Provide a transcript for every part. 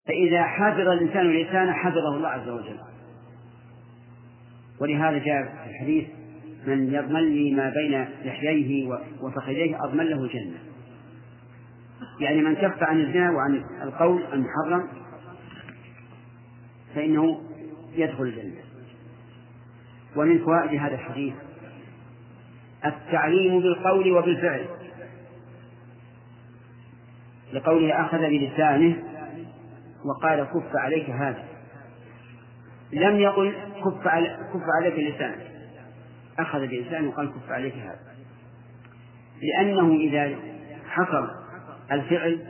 فإذا حذر الإنسان لسانه حذره الله عز وجل. ولهذا جاء في الحديث: من يضمن لي ما بين لحييه وفخذيه أضمن له الجنة. يعني من كف عن الزنا وعن القول المحرم فإنه يدخل الجنة. ومن فوائد هذا الحديث التعليم بالقول وبالفعل، لقوله أخذ بلسانه وقال كف عليك هذا، لم يقل كف عليك اللسان، أخذ بلسانه وقال كف عليك هذا، لأنه إذا حصل الفعل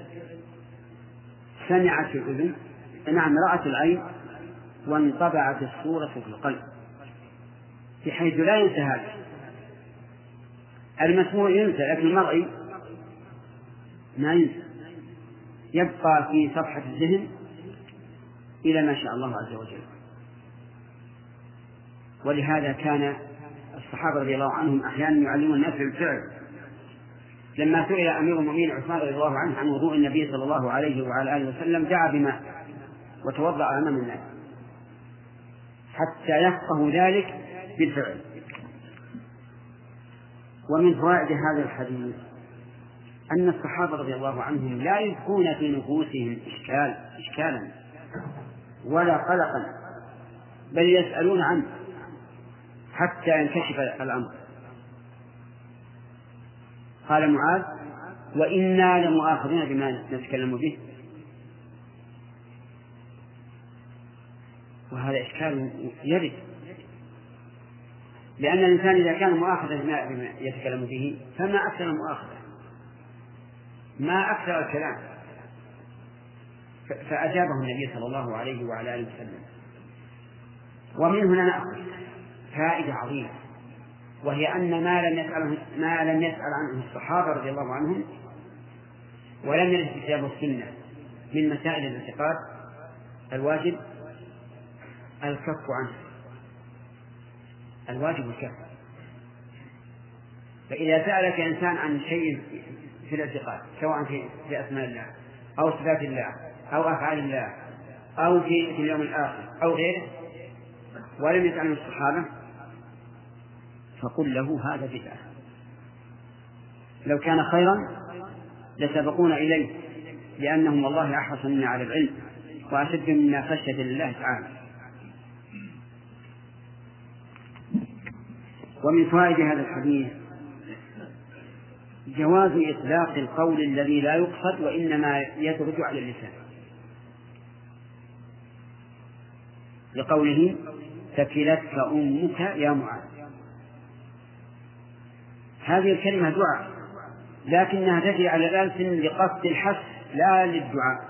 سمعت الأذن، نعم رأت العين، وانطبعت الصورة في القلب، بحيث لا ينسى هذا. المسموع ينسى لكن المرئي ما ينسى، يبقى في صفحة الذهن إلى ما شاء الله عز وجل. ولهذا كان الصحابة رضي الله عنهم أحيانا يعلمون الناس بالفعل. لما سئل أمير المؤمنين عثمان رضي الله عنه عن وضوء النبي صلى الله عليه وعلى آله وسلم دعا بماء وتوضأ أمام الناس حتى يفقهوا ذلك بالفعل. ومن فوائد هذا الحديث أن الصحابة رضي الله عنهم لا يبقون في نفوسهم إشكالا ولا قلقا، بل يسألون عنه حتى ينكشف الأمر. قال معاذ: وإنا لمؤاخذون بما نتكلم به. وهذا إشكال يرد، لأن الإنسان إذا كان مؤاخذا بما يتكلم به فما أكثر المؤاخذة، ما أكثر الكلام. فأجابه النبي صلى الله عليه وعلى آله وسلم. ومن هنا نأخذ فائدة عظيمة، وهي أن ما لم يسأل عنه الصحابة رضي الله عنهم ولم يرد في الكتاب والسنة من مسائل الاعتقاد الواجب الكف عنه، الواجب الكف. فإذا سألك إنسان عن شيء في الاعتقاد، سواء في أسماء الله أو صفات الله أو أفعال الله أو في اليوم الآخر أو غيره، ولم يسأل الصحابة، فقل له هذا بدعة. لو كان خيرا لسبقونا إليه، لأنهم والله أحرص منا على العلم وأشد منا خشية لله تعالى. ومن فوائد هذا الحديث جواز إطلاق القول الذي لا يقصد وإنما يدرج على اللسان، لقوله: ثكلتك أمك يا معاذ. هذه الكلمة دعاء، لكنها تجري على الألسن لقصد الحث لا للدعاء.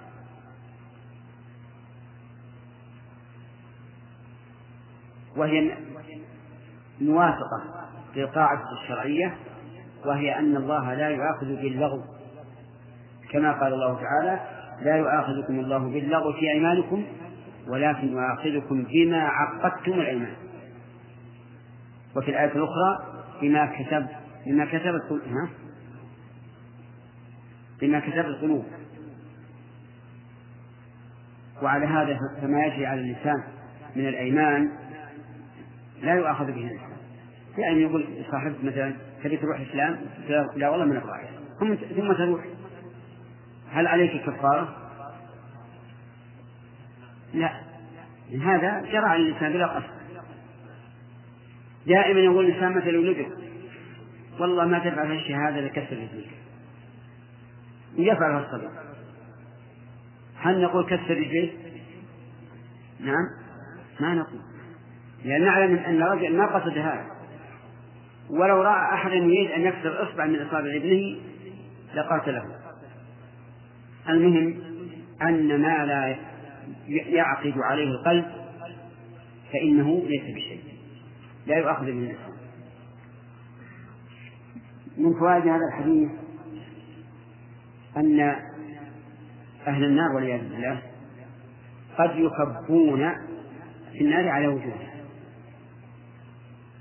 وهي موافقة للقاعدة الشرعية، وهي أن الله لا يؤاخذ باللغو، كما قال الله تعالى: لا يؤاخذكم الله باللغو في أيمانكم ولكن يؤاخذكم بما عقدتم الأيمان. وفي الآية الأخرى: بما كسبت القلوب. وعلى هذا فما يجري على اللسان من الأيمان لا يؤاخذ به الإنسان. يعني يقول صاحبك مثلا: تبي تروح الإسلام؟ لا والله من أبغى، ثم تروح، هل عليك كفارة؟ لا، هذا جرى على اللسان بلا قصد. دائما يقول الإنسان مثل ولده: والله ما تفعل الشهادة لكسر رجليك، يفعلها الصبر. هل نقول كسر رجليك؟ نعم، ما نقول، لأن نعلم أن الرجل ما قصد هذا، ولو رأى أحد يريد أن يكسر إصبع من إصابع ابنه لقاتله. المهم أن ما لا يعقد عليه القلب فإنه ليس بشيء، لا يؤخذ من الإنسان. من فوائد هذا الحديث أن أهل النار والعياذ بالله قد يكبون في النار على وجوههم،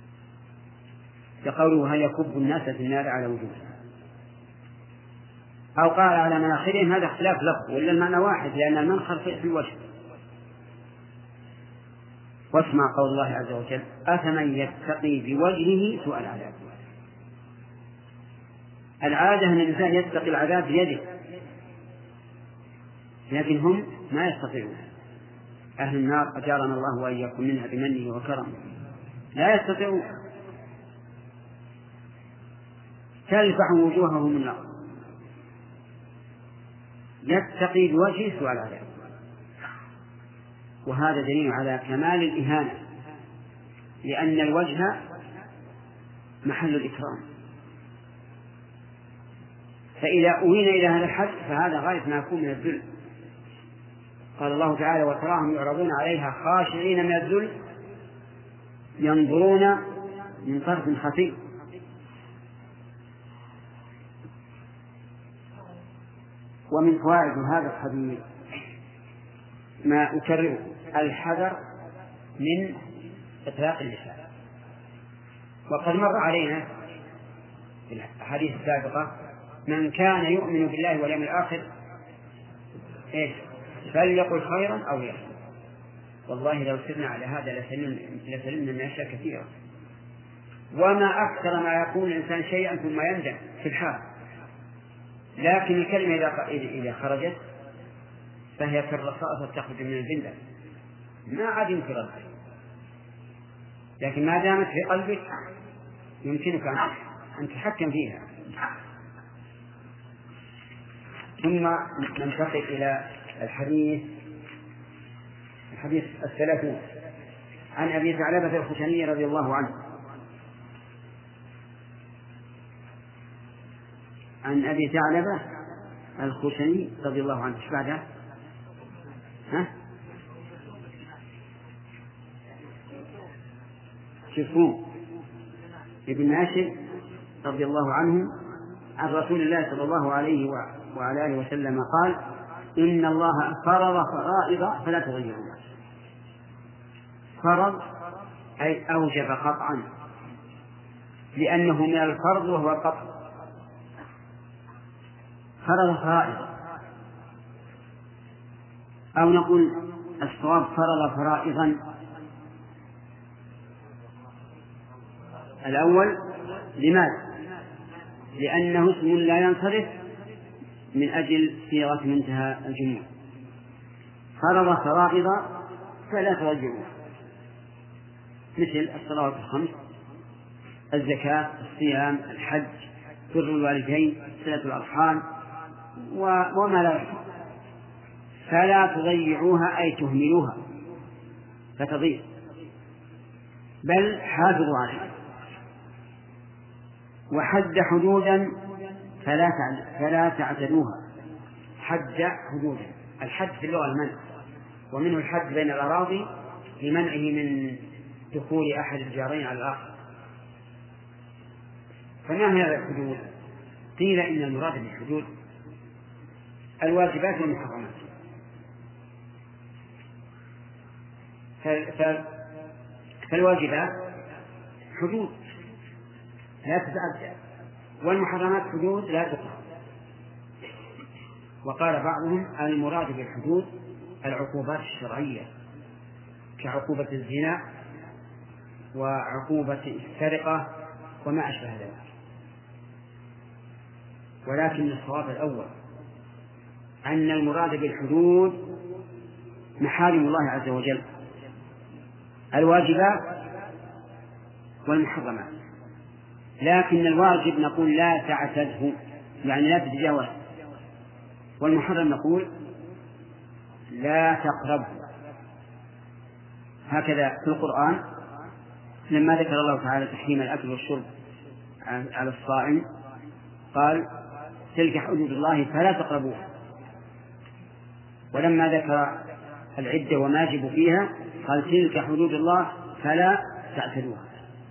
كقوله: هل يكب الناس في النار على وجوههم. أو قال على مناخرهم، هذا اختلاف لفظ، ولا المعنى واحد، لأن المنخر في الوجه. واسمع قول الله عز وجل: أفمن يتقي بوجهه سوء العذاب. العادة أن الإنسان يتقي العذاب بيده، لكن هم ما يستطيعون. أهل النار أجارنا الله وإياكم منها بمنه وكرمه، لا يستطيعون، تلفح وجوههم النار. يتقي بوجهه سوء العذاب، وهذا دليل على كمال الإهانة، لأن الوجه محل الإكرام، فإذا أوين إلى هذا الحد فهذا غاية ما يكون من الذل. قال الله تعالى: وتراهم يعرضون عليها خاشعين من الذل ينظرون من طرف خفي. ومن فوائد هذا الحديث ما أكرره: الحذر من إطلاق اللسان. وقد مر علينا في الحديث السابقة: من كان يؤمن بالله واليوم الآخر فليقل خيرا أو ليصمت. والله لو سرنا على هذا لسلمنا من أشياء كثيرة. وما أكثر ما يكون الإنسان شيئا ثم يندم في الحال، لكن الكلمة إذا خرجت فهي كالرصاصة تخرج من البندة، ما عاد يمكن ردها، لكن ما دامت في قلبك يمكنك أن تتحكم فيها. ثم ننتقل إلى الحديث 30 عن أبي ثعلبة الخشني رضي الله عنه. عن أبي ثعلبة الخشني رضي الله عنه. ايش بعده؟ شوفوا، ابن ناشد رضي الله عنه عن رسول الله صلى الله عليه وعلى آله وسلم قال: إن الله فرض فرائض فلا تضيعوها. فرض أي أوجب قطعا، لأنه من الفرض وهو القطع. فرض فرائض، أو نقول الصواب فرض فرائضا. الأول لماذا؟ لأنه اسم لا ينصرف من أجل صيغة منتهى الجموع. فرض فرائض فلا تضيعوها، مثل الصلوات الخمس، الزكاة، الصيام، الحج، بر الوالدين، صلة الأرحام، وما لا يحصى. فلا تضيعوها أي تهملوها فتضيع، بل حافظوا عليها. وحد حدودا فلا تعتدوها. حد حدودا، الحد في اللغة المنع، ومنه الحد بين الأراضي لمنعه من دخول أحد الجارين على الآخر. فما هي الحدود؟ قيل إن المراد بالحدود الواجبات والمحرمات. فالواجبات حدود لا تتعدى، والمحرمات حدود لا تقرأ. وقال بعضهم: المراد بالحدود العقوبات الشرعية، كعقوبة الزنا وعقوبة السرقة وما أشبه ذلك. ولكن الصواب الأول أن المراد بالحدود محارم الله عز وجل، الواجبات والمحرمات. لكن الواجب نقول لا تعتده، يعني لا تتجاوز، والمحرم نقول لا تقربه. هكذا في القرآن لما ذكر الله تعالى تحريم الأكل والشرب على الصائم قال: تلك حدود الله فلا تقربوها. ولما ذكر العدة وما يجب فيها قال: تلك حدود الله فلا تعتدوها.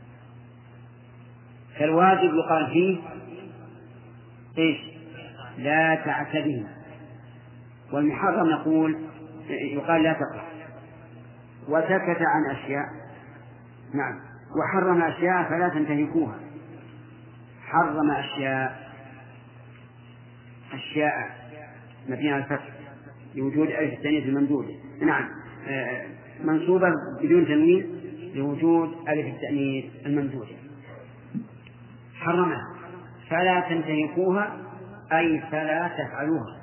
فالواجب يقال فيه إيش؟ لا تعتدوا. والمحرم يقال لا تقرأ. وسكت عن أشياء، نعم، وحرم أشياء فلا تنتهكوها. حرم أشياء أشياء مبنية على الفتح لوجود ألف التأنيث الممدودة، نعم منصوبة بدون تنوين لوجود ألف التأنيث الممدودة، حرمها فلا تنتهكوها أي فلا تفعلوها،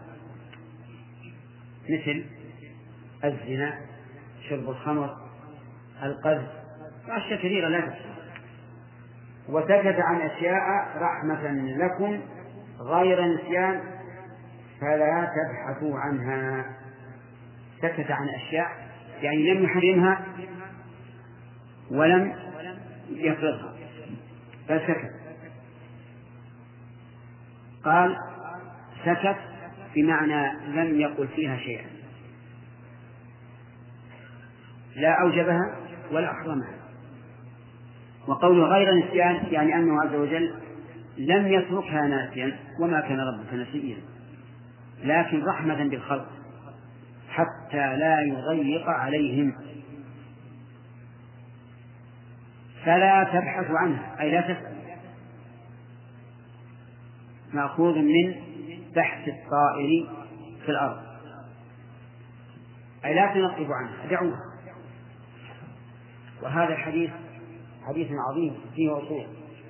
مثل الزنا، شرب الخمر، القذف، وأشياء كثيرة لا تفعل. وسكت عن أشياء رحمة لكم غير نسيان فلا تبحثوا عنها. سكت عن أشياء يعني لم يحرمها ولم يفرضها بل سكت. قال سكت بمعنى لم يقل فيها شيئا، لا أوجبها ولا أحرمها. وقوله غير نسيان يعني أنه عز وجل لم يتركها ناسيا، وما كان ربك نسيا، لكن رحمة بالخلق حتى لا يضيق عليهم. فلا تبحث عنها أي لا تسأل، مأخوذ من بحث الطائر في الأرض، أي لا تنقب عنها، دعوها. وهذا الحديث حديث عظيم فيه أصول،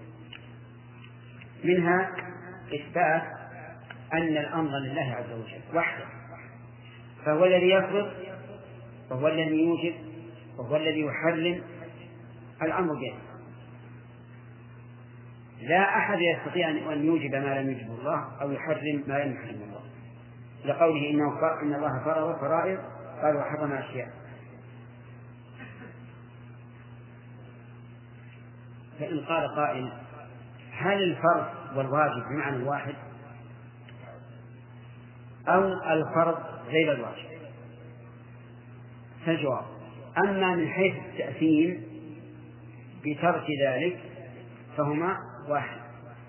منها إثبات أن الأمر لله عز وجل وحده، فهو الذي يفرض، فهو الذي يوجب، فهو الذي يحرم، الأمر بيده. لا أحد يستطيع أن يوجب ما لم يوجبه الله أو يحرم ما لم يحرمه الله، لقوله إن الله فرض فرائض قال وحرم أشياء. فإن قال قائل هل الفرض والواجب بمعنى واحد أو الفرض غير الواجب؟ فالجواب أما من حيث التأثيم بترك ذلك فهما واحد،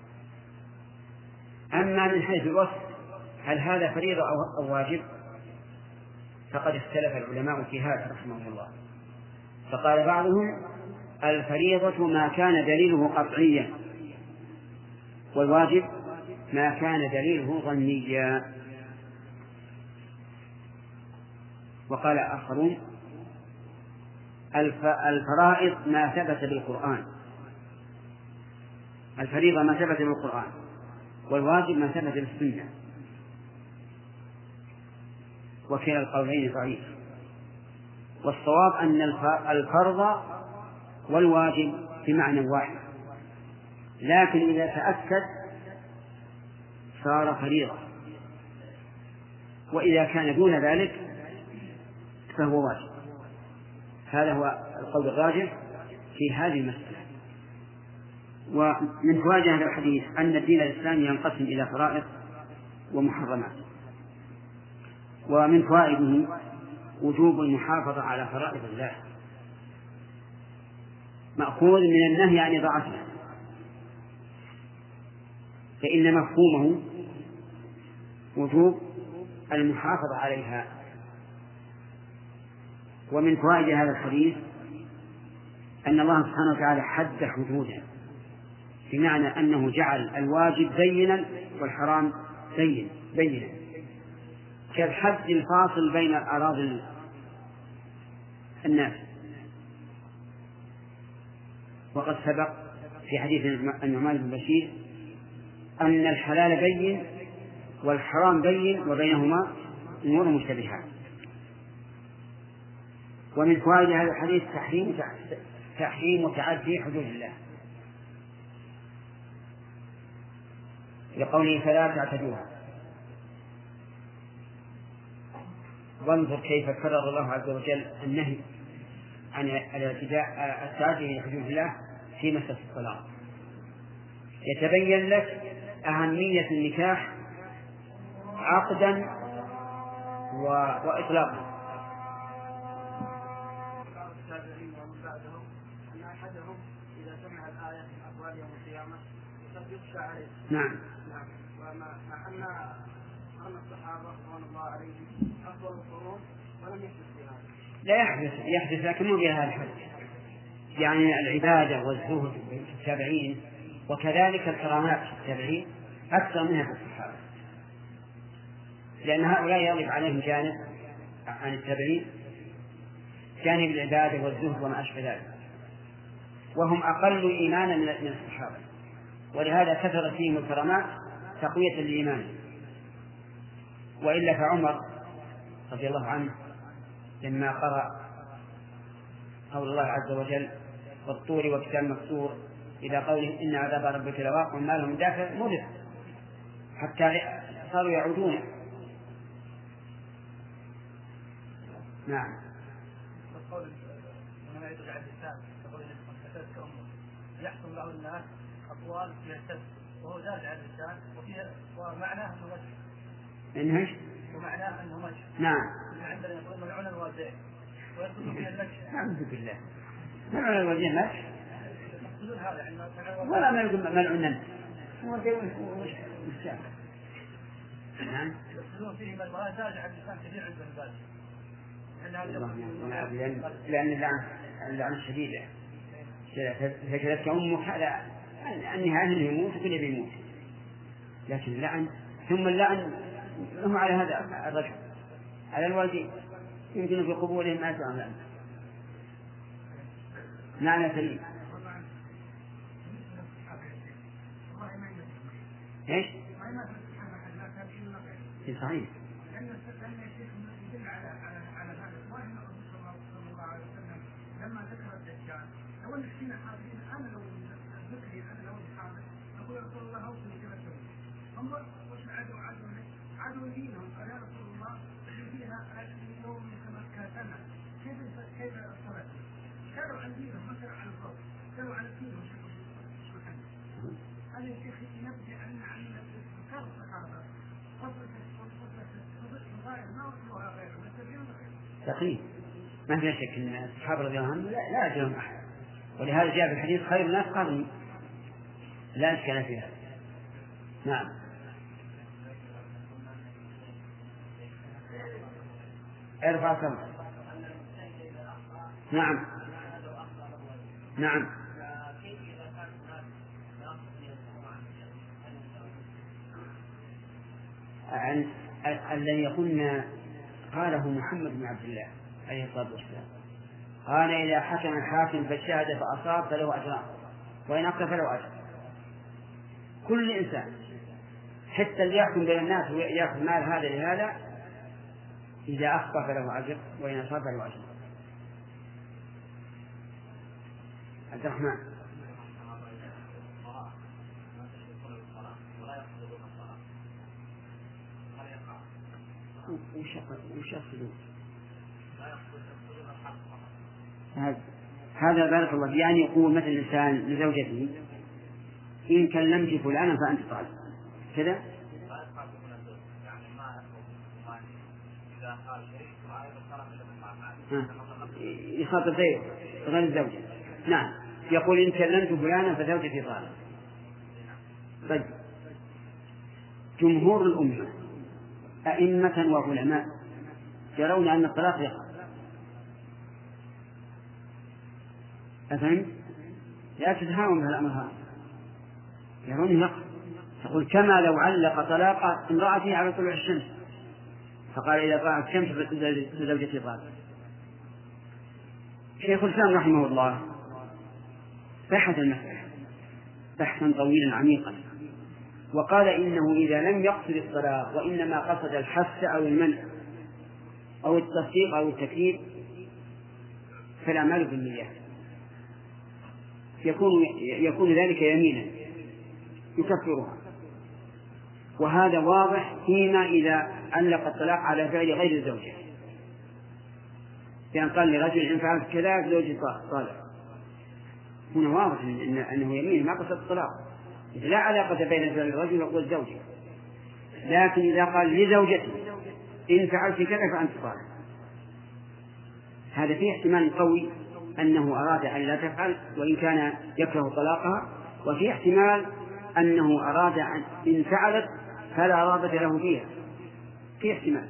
أما من حيث الوصف هل هذا فريضة أو واجب فقد اختلف العلماء في هذا رحمه الله. فقال بعضهم الفريضة ما كان دليله قطعيا، والواجب ما كان دليله ظنيا. وقال آخرون الفرائض ما ثبت بالقرآن، الفريضة ما ثبت بالقرآن، والواجب ما ثبت بالسنة، وكلا القولين ضعيف. والصواب أن الفرض والواجب بمعنى واحد، لكن إذا تأكد صار فريضة، وإذا كان دون ذلك فهو واجب. هذا هو القول الراجح في هذه المسألة. ومن فوائد هذا الحديث أن الدين الإسلامي ينقسم إلى فرائض ومحرمات، ومن فوائده وجوب المحافظة على فرائض الله، مأخوذ من النهي عن إضاعتها، فإن مفهومه وجوب المحافظة عليها. ومن فوائد هذا الحديث أن الله سبحانه وتعالى حد حدوده، بمعنى أنه جعل الواجب بينا والحرام بينا، كالحد الفاصل بين أراضي الناس. وقد سبق في حديث النعمان بن بشير أن الحلال بين والحرام بين وبينهما أمور مشتبهات. ومن فوائد هذا الحديث تحريم وتعدي حدود الله، لقوله فلا تعتدوها. وانظر كيف كرر الله عز وجل النهي عن التعدي لحدود الله في مسألة الطلاق، يتبين لك أهمية النكاح عقدا وإطلاقا. إذا سمع الآية من أقوال يوم القيامة قد يخشى عليه. نعم. وما أن الصحابة رضوان الله عليهم أفضل القرون ولم يحدث في هذا. لا يحدث لكن مو بهذا الحد، يعني العبادة والزهد في التابعين وكذلك الكرامات في التابعين أكثر منها في الصحابة. لأن هؤلاء يغلب عليهم جانب عن التابعين، جانب العبادة والزهد وما أشبه ذلك، وهم أقل إيمانا من الصحابة، ولهذا كثر فيهم الكرامات تقوية للإيمان. وإلا فعمر رضي الله عنه لما قرأ قول الله عز وجل والطور وكتاب مسطور إلى قوله إن عذاب ربك لواقع ما له من دافع مرض، حتى صاروا يعودون. نعم. يحكم له الناس أقوال يهتز وهو زاد على اللسان ومعناه أنه مجد. إنهش؟ ومعناه أنه مجد. نعم. عندنا يقول ملعون الوالدين ويقول فيها المجد. أعوذ بالله. ملعون الوالدين مجد. يقولون هذا ولا ما يقول ملعون أنت. نعم. يقولون فيه ما زاد على اللسان كثير عند البال. لأن اللعنة شديدة. فكذلك أمك هذا النهاية أنه يموت وكل بيموت، لكن اللعن ثم اللعن هم على هذا الرجل على الوالدين يمكن في قبولهم ما يسعون لعنة. معنى سليم. ايش؟ في صحيح. لما ذكر الدجال لو ان فينا حاضرين انا لو ذكري انا لو حاضر اقول يا رسول الله اوصي كذا هم وش عدوا دينهم قال يا رسول الله فيها يوم كما كاتنا كيف الصلاه كانوا عن دينهم ما كانوا عن الصوت كانوا عن دينهم هذا يا شيخ ينبه عن افكار الصحابه الغايه ما وصلوها غيرهم دقيق. ما في شك أن الصحابة رضي الله عنهم لا أجرهم أحد، ولهذا جاء في الحديث خير الناس قرني، لا إشكال فيها. نعم. ارفع صوتك. نعم. نعم. الذي يقولنا قاله محمد بن عبد الله عليه الصلاة والسلام، قال إذا حكم الحاكم فاجتهد فأصاب فله أجران وإن أخطأ فله أجر. كل إنسان حتى اللي يحكم بين الناس ويأخذ مال هذا لهذا إذا أخطأ فله أجر وإن أصاب فله أجر. عبد الرحمن. وش يقصدون؟ هذا بارك الله يعني يقول مثل الإنسان لزوجته إن كلمت فلانا فأنت طالب كذا. يخاطب غير الزوجة. نعم. يقول إن كلمت فلانا فزوجتي طالب. طيب جمهور الأمة أئمة وعلماء يرون أن الطلاق يقع. أفهم؟ لا تتهاون بهذا الأمر هذا. يرون يقع. تقول كما لو علق طلاق امرأته على طلوع الشمس فقال إذا طلعت الشمس فزوجتي طالق. شيخ الإسلام رحمه الله بحث المسألة بحثا طويلا عميقا وقال إنه إذا لم يقصد الطلاق وإنما قصد الحث أو المنع أو التصديق أو التكذيب فالأعمال بالنيات يكون ذلك يمينا يكفرها. وهذا واضح فيما إذا علق الطلاق على فعل غير الزوجة، لأن قال لرجل إن فعلت كذا زوجي طالق، هنا واضح أنه يمين ما قصد الطلاق، لا علاقة بين الرجل والزوجة. لكن إذا قال لزوجته إن فعلت كذا فأنت طالق، هذا فيه احتمال قوي أنه أراد أن لا تفعل وإن كان يكره طلاقها، وفي احتمال أنه أراد إن فعلت فلا رغبة له فيها، في احتمال.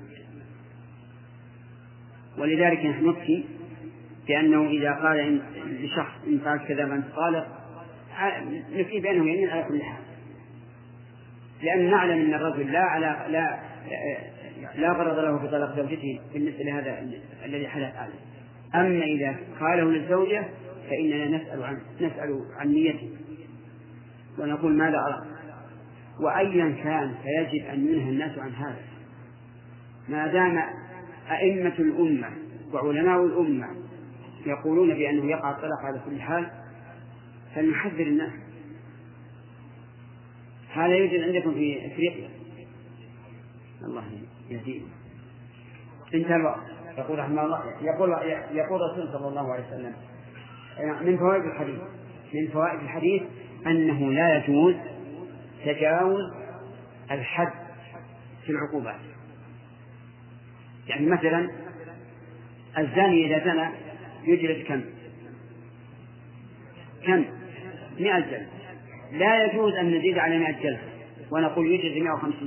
ولذلك نحن نفتي بأنه إذا قال لشخص إن فعلت كذا فأنت طالق نفتي بأنه يمين على كل حال، لأن نعلم أن الرجل لا لا غرض له في طلاق زوجته بالنسبة لهذا الذي حدث عنه. أما إذا قاله للزوجة فإننا نسأل عن نيته ونقول ماذا أرى، وأيا كان فيجب أن ينهى الناس عن هذا. ما دام أئمة الأمة وعلماء الأمة يقولون بأنه يقع الطلاق على كل حال فلنحذر الناس. هذا يوجد عندكم في أفريقيا. الله يهديه. انتهى الوقت. يقول رحمه الله يقول رسول صلى الله عليه وسلم من فوائد الحديث أنه لا يجوز تجاوز الحد في العقوبات. يعني مثلا الزاني إذا زنى يجلد كم 100 جلد. لا يجوز أن نزيد على 100 جلد ونقول يجلد 150.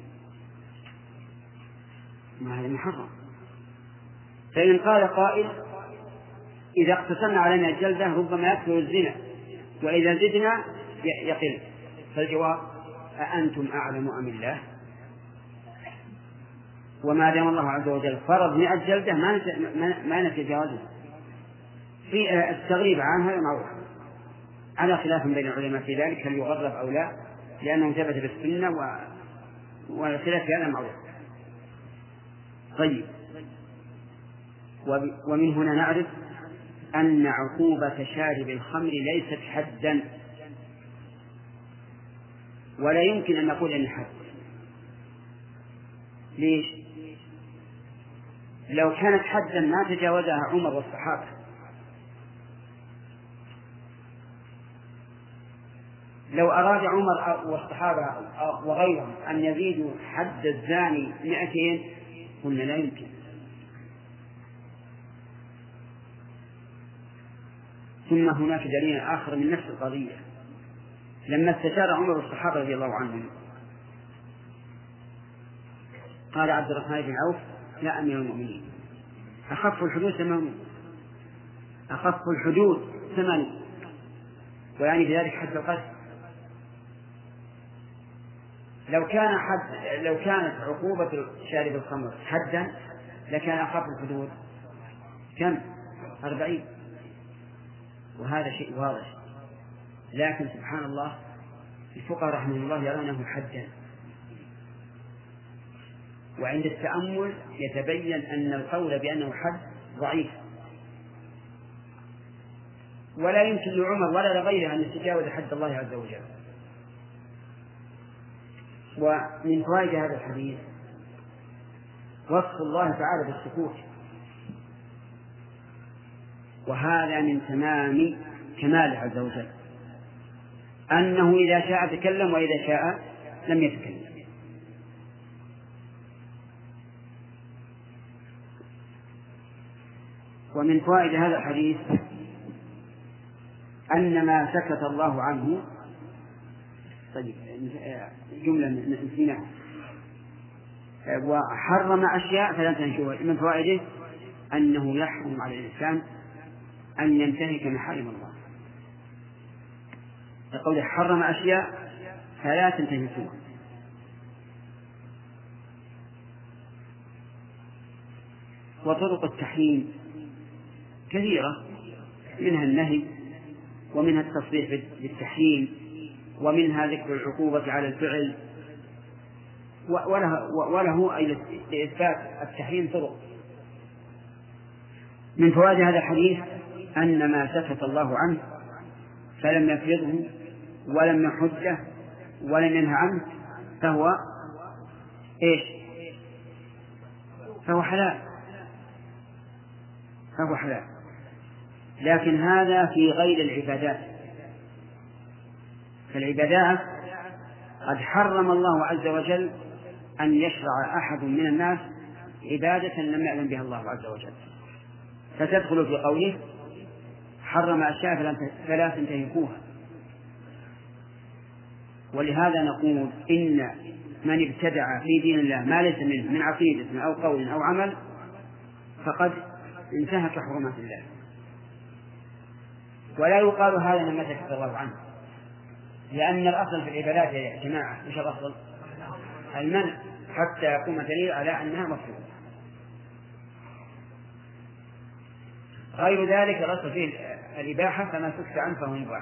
ما هذا محرم. فإن قال قائل إذا اقتصرنا على 100 جلدة ربما يكثر الزنا وإذا زدنا يقل، فالجواب أأنتم أعلم أم الله؟ وما دام الله عز وجل فرض 100 جلدة ما نتجاوزه. في التغريب عن هذا معروف على خلاف بين العلماء في ذلك هل يغرب أو لا، لأنه ثبت بالسنة والخلاف في هذا معروف. طيب، ومن هنا نعرف أن عقوبة شارب الخمر ليست حدا، ولا يمكن أن نقول أن حد. ليش؟ لو كانت حدا ما تجاوزها عمر والصحابة. لو أراد عمر والصحابة وغيرهم أن يزيدوا حد الزاني 200 قلنا لا يمكن. ثم هناك دليل آخر من نفس القضية. لما استشار عمر الصحابة رضي الله عنهم قال عبد الرحمن بن عوف لا أمير المؤمنين أخف الحدود 80 ويعني بذلك حد القذف. لو كانت عقوبة شارب الخمر حدا لكان أخف الحدود كم 40، وهذا شيء واضح. لكن سبحان الله الفقهاء رحمه الله يرونه حدا، وعند التأمل يتبين أن القول بأنه حد ضعيف، ولا يمكن لعمر ولا لغيره أن يتجاوز حد الله عز وجل. ومن فوائد هذا الحديث وصف الله تعالى بالسكوت، وهذا من تمام كماله عز وجل، أنه إذا شاء تكلم وإذا شاء لم يتكلم. ومن فوائد هذا الحديث أن ما سكت الله عنه، طيب جملة نسيناها، وحرم أشياء فلا تنشوها. من فوائده أنه يحرم على الإنسان أن ينتهك محارم الله، يقول حرم أشياء فلا تنتهكوها. وطرق التحريم كثيرة، منها النهي ومنها التصريح بالتحريم ومنها ذكر العقوبة على الفعل، وله أي لإثبات التحريم طرق. من فوائد هذا الحديث أن ما سكت الله عنه فلم يفرضه ولم يحجه ولم ينهى عنه فهو إيش؟ فهو حلال. لكن هذا في غير العبادات. فالعبادات قد حرم الله عز وجل أن يشرع أحد من الناس عبادة لم يعلم بها الله عز وجل، فتدخل في قوله حرم أشياء فلا تنتهكوها. ولهذا نقول إن من ابتدع في دين الله ما ليس منه من عقيدة أو قول أو عمل فقد انتهك حرمات الله. ولا يقال هذا مما سكت الله عنه، لأن الأصل في العبادات يا جماعة مش الأصل المنع، حتى يقوم دليل على أنها مفروضة. غير ذلك الأصل فيه الإباحة، فما سكت عنه فهو مباح.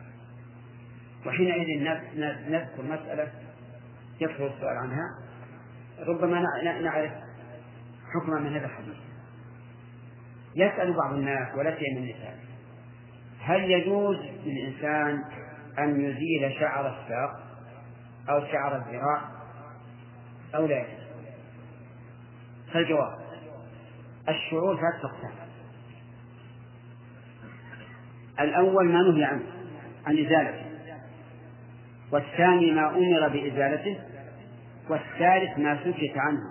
وحينئذ نذكر مسألة يكثر السؤال عنها، ربما نعرف حكما من هذا الحديث. يسأل بعض الناس ولا سيما النساء: هل يجوز للإنسان أن يزيل شعر الساق أو شعر الذراع أو لا يجوز؟ فالجواب: الشعور ثلاث أقسام. الأول ما نهي عنه عن إزالته، والثاني ما أمر بإزالته، والثالث ما سكت عنه.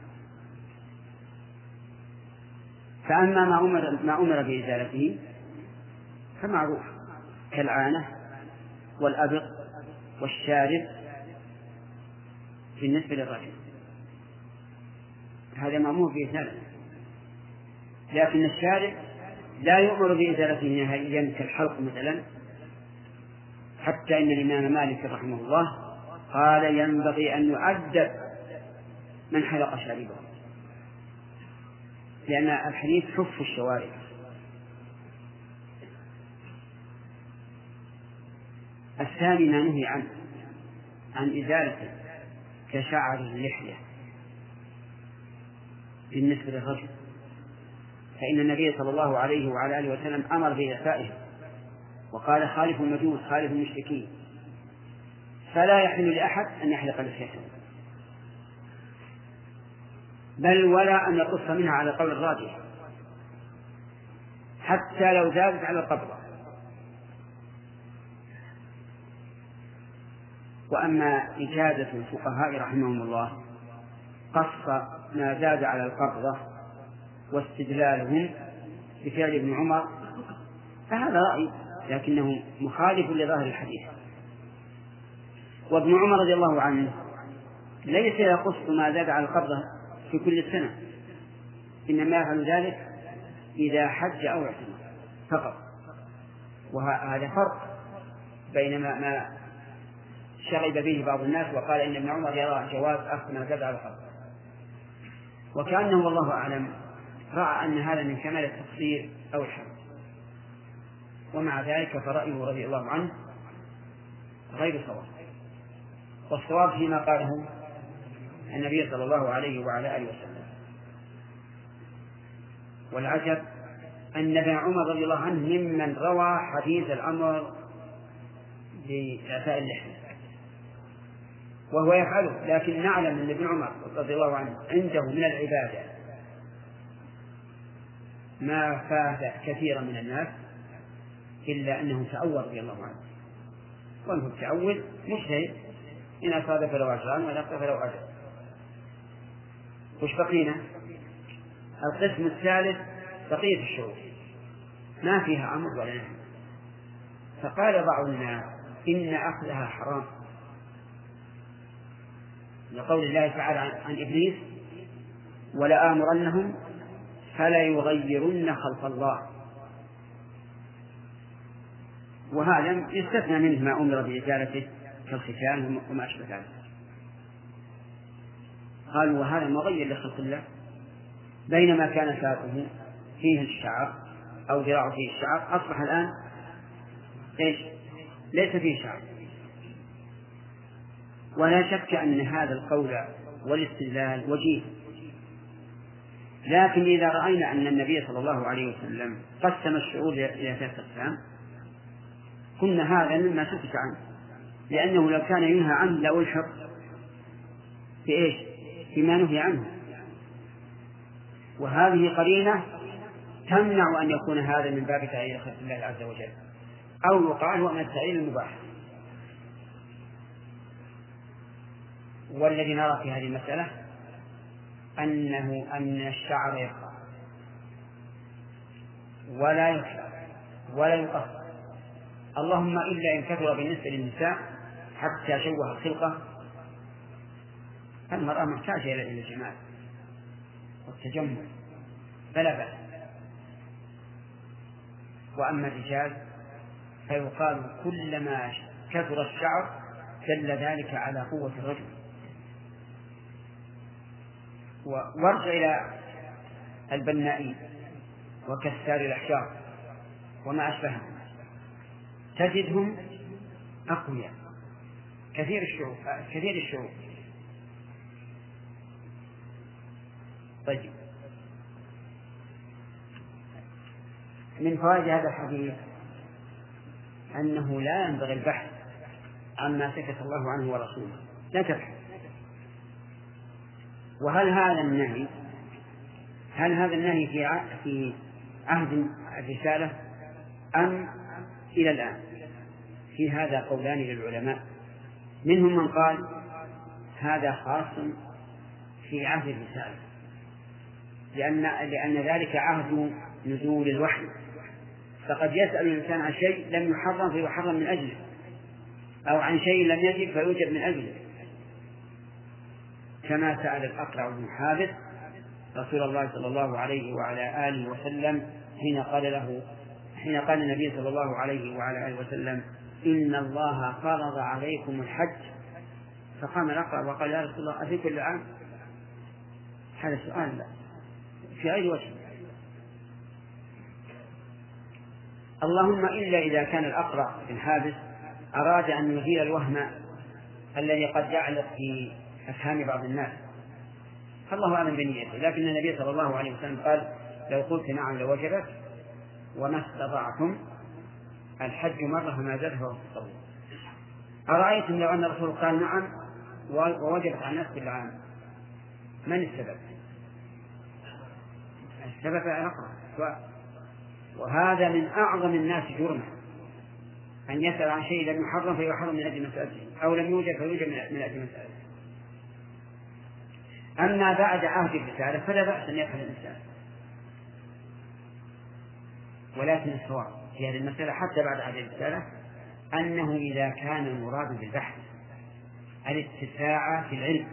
فأما ما أمر بإزالته فمعروف كالعانة والأبط والشارب بالنسبة للرجل، هذا مأمور بإزالته. لكن الشارب لا يؤمر بإزالته نهائيا كالحلق مثلا، حتى إن الإمام مالك رحمه الله قال: ينبغي أن يؤدب من حلق شاربه، لأن الحديث حف الشوارب. الثاني ما نهي عنه عن إزالته كشعر اللحية بالنسبة للرجل، فإن النبي صلى الله عليه وعلى آله وسلم أمر بإعفائه وقال: خالف المجوس، خالف المشركين. فلا يحل لأحد أن يحلق لحيته، بل ولا أن يقص منها على قول الراجح، حتى لو زادت على القبضة. وأما إجازة الفقهاء رحمهم الله قص ما زاد على القبضة واستدلالهم بفعل ابن عمر فهذا رأي، لكنه مخالف لظاهر الحديث. وابن عمر رضي الله عنه ليس يقص ما زاد على القبضة في كل سنة، إنما يفعل ذلك إذا حج أو اعتمر فقط. وهذا فرق بين ما شغب به بعض الناس وقال إن ابن عمر يرى جواز أخذ ما زاد على القبضة، وكأنه والله أعلم رأى أن هذا من كمال التقصير أو الحرج. ومع ذلك فرأيه رضي الله عنه غير صواب، والصواب فيما قاله النبي صلى الله عليه وعلى آله وسلم. والعجب أن ابن عمر رضي الله عنه ممن روى حديث الأمر بإعفاء اللحية وهو يفعله، لكن نعلم أن ابن عمر رضي الله عنه عنده من العبادة ما فات كثيرا من الناس، إلا أنه تأول رضي الله عنه، وأنه التأول مجتهد، إن أصاب فله أجران وإن أخطأ فله أجر. وش بقينا؟ القسم الثالث بقية الشعور ما فيها أمر ولا نهي. فقال بعض الناس إن أخذها حرام لقول الله تعالى عن إبليس: ولا آمرنهم فلا يغيرن خلق الله. وهذا يستثنى منه ما أمر بإزالته كالختان وما أشبه ذلك. قالوا: وهذا مغير لخلق الله، بينما كان ساقه فيه الشعر أو ذراعه فيه الشعر أصبح الآن ليس فيه شعر. ولا شك أن هذا القول والاستدلال وجيه، لكن إذا رأينا أن النبي صلى الله عليه وسلم قسم الشعور إلى ثلاثة أقسام قلنا هذا مما سكت عنه، لأنه لو كان ينهى عنه لألحق فيما نهي عنه. وهذه قرينة تمنع أن يكون هذا من باب تعليل خلق الله عز وجل، أو يقال هو من التعليل المباح. والذي نرى في هذه المسألة أن الشعر يبقى ولا يحلق ولا يقصر، اللهم إلا إن كثر بالنسبة للنساء حتى شوه الخلقة، المرأة محتاجة إلى الجمال والتجمل فلا بأس. وأما الرجال فيقال كلما كثر الشعر دل ذلك على قوة الرجل، وارجع إلى البنائين وكسار الأحجار وما أشبههم تجدهم أقوياء كثير الشعوب. طيب، من فوائد هذا الحديث أنه لا ينبغي البحث عما سكت الله عنه ورسوله، لا تبحث. وهل هذا النهي في عهد الرسالة أم إلى الآن؟ في هذا قولان للعلماء، منهم من قال هذا خاص في عهد الرسالة، لأن ذلك عهد نزول الوحي، فقد يسأل الإنسان عن شيء لم يحرم فيحرم من أجله، أو عن شيء لم يجب فيوجب من أجله، كما سأل الأقرع بن حابس رسول الله صلى الله عليه وعلى آله وسلم حين قال النبي صلى الله عليه وعلى آله وسلم إن الله فرض عليكم الحج، فقام الأقرع وقال يا رسول الله أفي كل عام؟ هذا سؤال لا في غير وجه، اللهم إلا إذا كان الأقرع بن حابس أراد أن يزيل الوهم الذي قد يعلق في أفهام بعض الناس، فالله أعلم بنيته، لكن النبي صلى الله عليه وسلم قال لو قلت نعم لوجبت وما استطعتم الحج مرة فما زاد فهو التطوع. أرأيتم لو أن الرسول قال نعم ووجبت على الناس كل عام، من السبب؟ السبب الأقرع، وهذا من أعظم الناس جرما أن يسأل عن شيء لم يحرم فيحرم من أجل مسألته، أو لم يوجد فيوجد من أجل مسألته. أما بعد عهد الرسالة فلا بأس أن يفعل الإنسان، ولكن الصواب في هذه المسألة حتى بعد عهد الرسالة أنه إذا كان المراد بالبحث الاتساع في العلم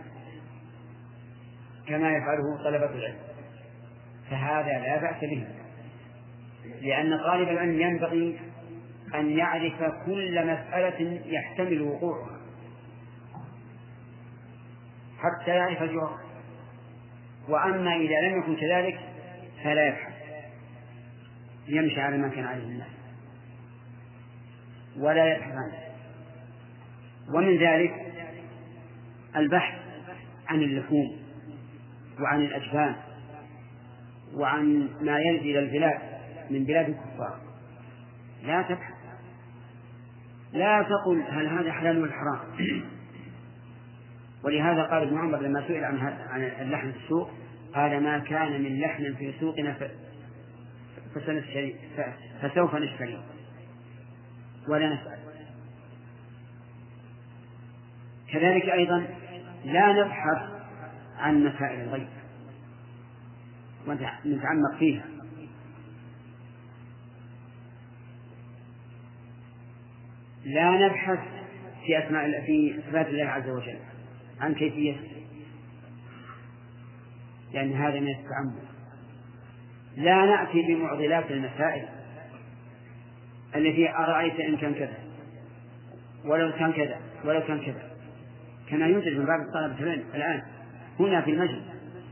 كما يفعله طلبة العلم فهذا لا بأس به، لأن طالب العلم ينبغي أن يعرف كل مسألة يحتمل وقوعها حتى يعرف الجواب. وأما إذا لم يكن كذلك فلا يبحث، يمشي على ما كان عليه الناس ولا يبحث عنه. ومن ذلك البحث عن اللحوم وعن الأجفان وعن ما يلجي إلى البلاد من بلاد الكفار، لا تبحث، لا تقل هل هذا حلال ولا حرام. ولهذا قال ابن عمر لما سئل عن اللحم في السوق قال ما كان من لحم في سوقنا فسوف نشتري ولا نسأل. كذلك أيضا لا نبحث عن مسائل الغيب ونتعمق فيها، لا نبحث في صفات الله عز وجل عن كيفيته، لأن هذا من التعمق. لا نأتي بمعضلات المسائل التي أرأيت إن كان كذا ولو كان كذا ولو كان كذا، كما يوجد من بعض طلبة العلم الآن هنا في المجلس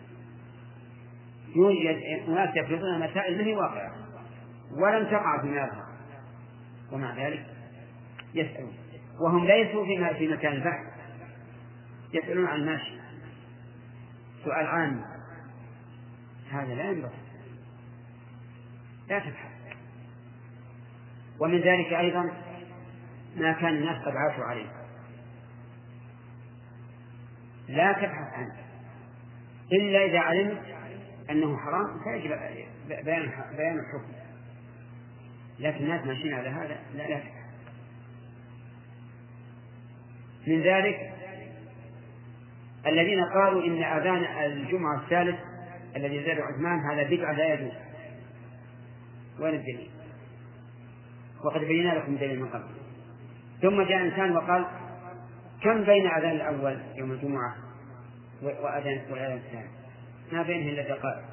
يوجد ناس يفرضون مسائل ما هي واقعة ولم تقع فيما يظهر، ومع ذلك يسألون وهم ليسوا في مكان البحث، يسألون عن الماشي سؤال عام، هذا لا ينبغي، لا تبحث. ومن ذلك أيضا ما كان الناس قد عاشوا عليه، لا تبحث عنه إلا إذا علمت أنه حرام فيجب بيان الحكم، لكن الناس ماشيين على هذا لا تبحث. من ذلك الذين قالوا إن أذان الجمعة الثالث الذي زاد عثمان هذا بدعة لا يجوز، وين الدليل؟ وقد بينا لكم دليل من قبل. ثم جاء إنسان وقال كم بين أذان الأول يوم الجمعة وأذان الثاني؟ ما بينه إلا دقائق.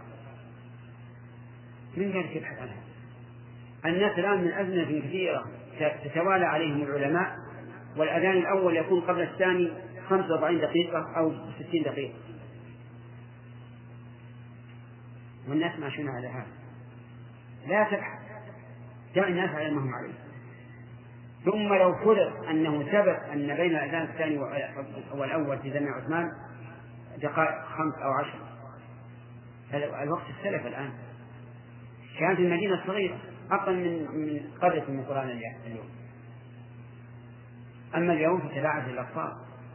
من ذلك يبحث عنها؟ الناس الآن من أزمة كثيرة تتوالى عليهم العلماء، والأذان الأول يكون قبل الثاني 45 دقيقة أو 60 دقيقة، والناس ماشون على هذا. لا تبحث، دع الناس على ما هم عليه. ثم لو فرض أنه ثبت أن بين الأذان الثاني والأول في زمن عثمان دقائق 5 أو 10، الوقت اختلف الآن. كانت المدينة صغيرة أقل من قرية من قرآن اليوم، أما اليوم فتلاعب الأطفال.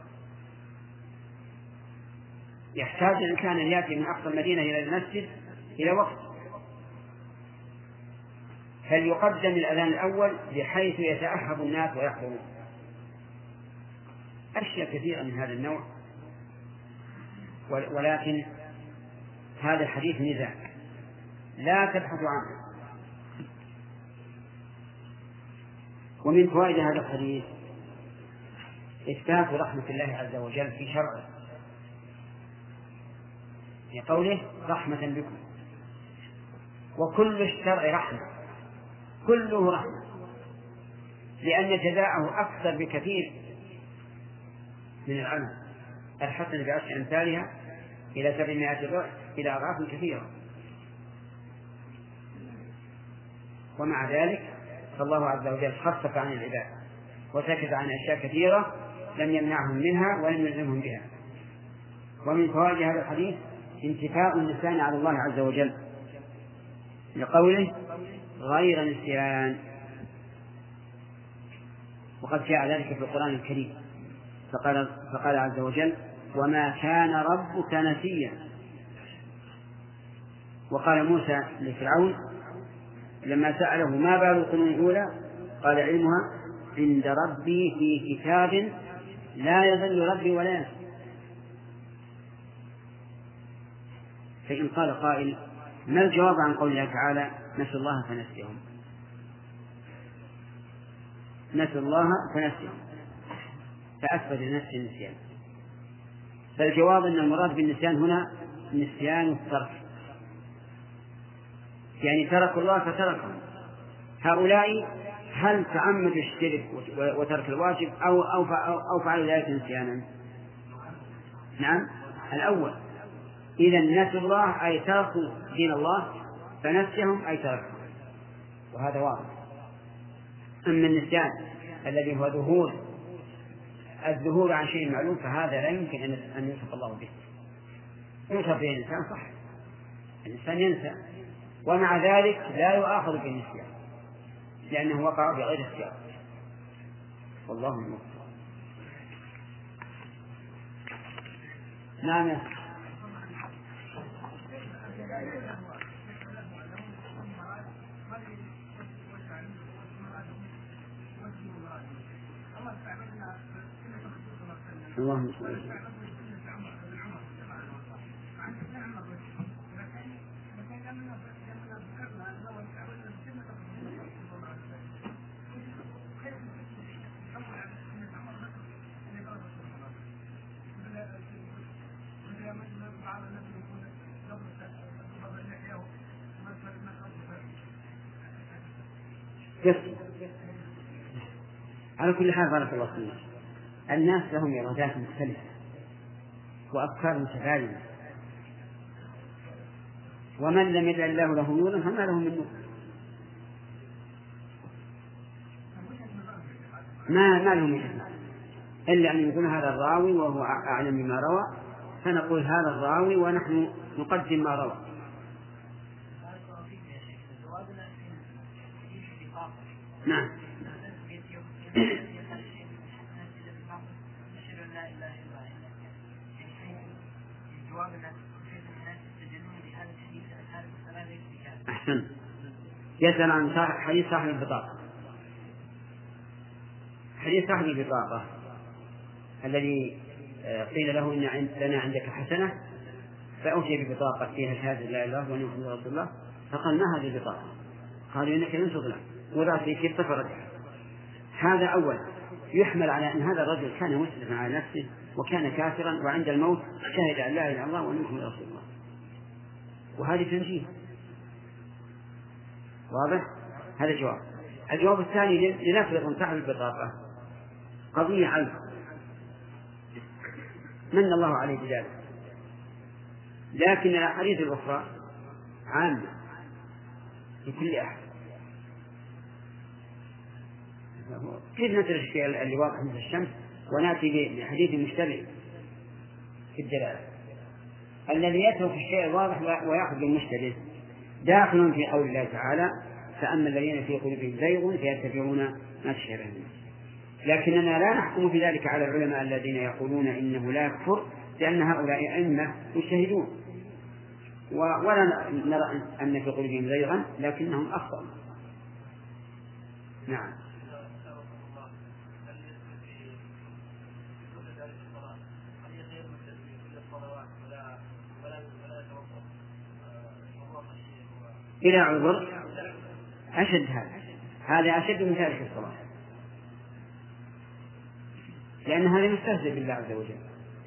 يحتاج الإنسان أن يأتي من أقصى المدينة إلى المسجد إلى وقت، فليقدم الأذان الأول بحيث يتأهب الناس ويحضرون. أشياء كثيرة من هذا النوع، ولكن هذا الحديث نزاع لا تبحثوا عنه. ومن فوائد هذا الحديث إثبات رحمة الله عز وجل في شرعه، في قوله رحمة بكم، وكل الشرع رحمة، كله رحمة، لأن جزاءه أكثر بكثير من العمل. الحسنة بعشر أمثالها إلى 700 ضعف إلى أضعاف كثيرة. ومع ذلك فالله عز وجل خفف عن العباد وسكت عن أشياء كثيرة لم يمنعهم منها ولم يلزمهم بها. ومن فوائد هذا الحديث انتفاء اللسان على الله عز وجل لقوله غير نسيان، وقد جاء ذلك في القرآن الكريم، فقال عز وجل وما كان ربك نسيا. وقال موسى لفرعون لما سأله ما بال القرون الأولى قال علمها عند ربي في كتاب لا يضل ربي ولا ينسى. فإن قال قائل ما الجواب عن قول الله تعالى نسوا الله فنسيهم؟ نسوا الله فنسيهم فأثبت لنفس النسيان. فالجواب أن المراد بالنسيان هنا نسيان الترك، يعني تركوا الله فتركهم. هؤلاء هل تعمدوا الشرك وترك الواجب أو فعلوا ذلك نسيانا؟ نعم الأول. إذا نسوا الله أي تركوا دين الله، فنسيهم أي تركهم، وهذا واضح. أما النسيان الذي هو الظهور عن شيء معلوم فهذا لا يمكن أن يوصف الله به. يوصف به الإنسان صح، الإنسان ينسى ومع ذلك لا يؤاخذ بالنسيان لأنه وقع بغير اختيار، والله المستعان. نعم. اللهم صل وسلم. على كل حال بارك الله فيك، الناس لهم إرادات مختلفة وأفكار متباينة، ومن لم يجعل الله له نورا فما له من نور. ما له من حكمة إلا أن يقول هذا الراوي وهو أعلم بما روى، فنقول هذا الراوي ونحن نقدم ما روى. نعم. أحسن. يسأل عن حديث صاحب البطاقة. حديث صاحب البطاقة الذي قيل له إن لنا عندك حسنة فأوتي ببطاقة فيها شهادة لا إله إلا الله وأن محمد رسول الله، فقال ما هذه البطاقة؟ قالوا إنك لن تظلم ولا في صفر. هذا أول يحمل على أن هذا الرجل كان مسلما على نفسه وكان كافرا وعند الموت شهد أن لا إله إلا الله وأن محمد رسول الله، وهذه تنجيه. واضح؟ هذا الجواب. الجواب الثاني لنفرض صاحب البطاقة قضية عيب من الله عليه بذلك، لكن الأحاديث الأخرى عامة لكل أحد. كيف ندرس الشيء اللي واضح مثل الشمس ونأتي بحديث مشتبه في الدلالة؟ الذي يترك الشيء الواضح ويأخذ بالمشتبه داخل في قول الله تعالى: فأما الذين في قلوبهم زيغ فيتبعون ما تشابه منه. لكننا لا نحكم في ذلك على العلماء الذين يقولون إنه لا يكفر، لأن هؤلاء أئمة يجتهدون، ولا نرى أن في قلوبهم زيغا، لكنهم أخطأوا. نعم. إلى عذر أشد، هذا أشد من تارك الصلاة، لأن هذا مستهزئ بالله عز وجل.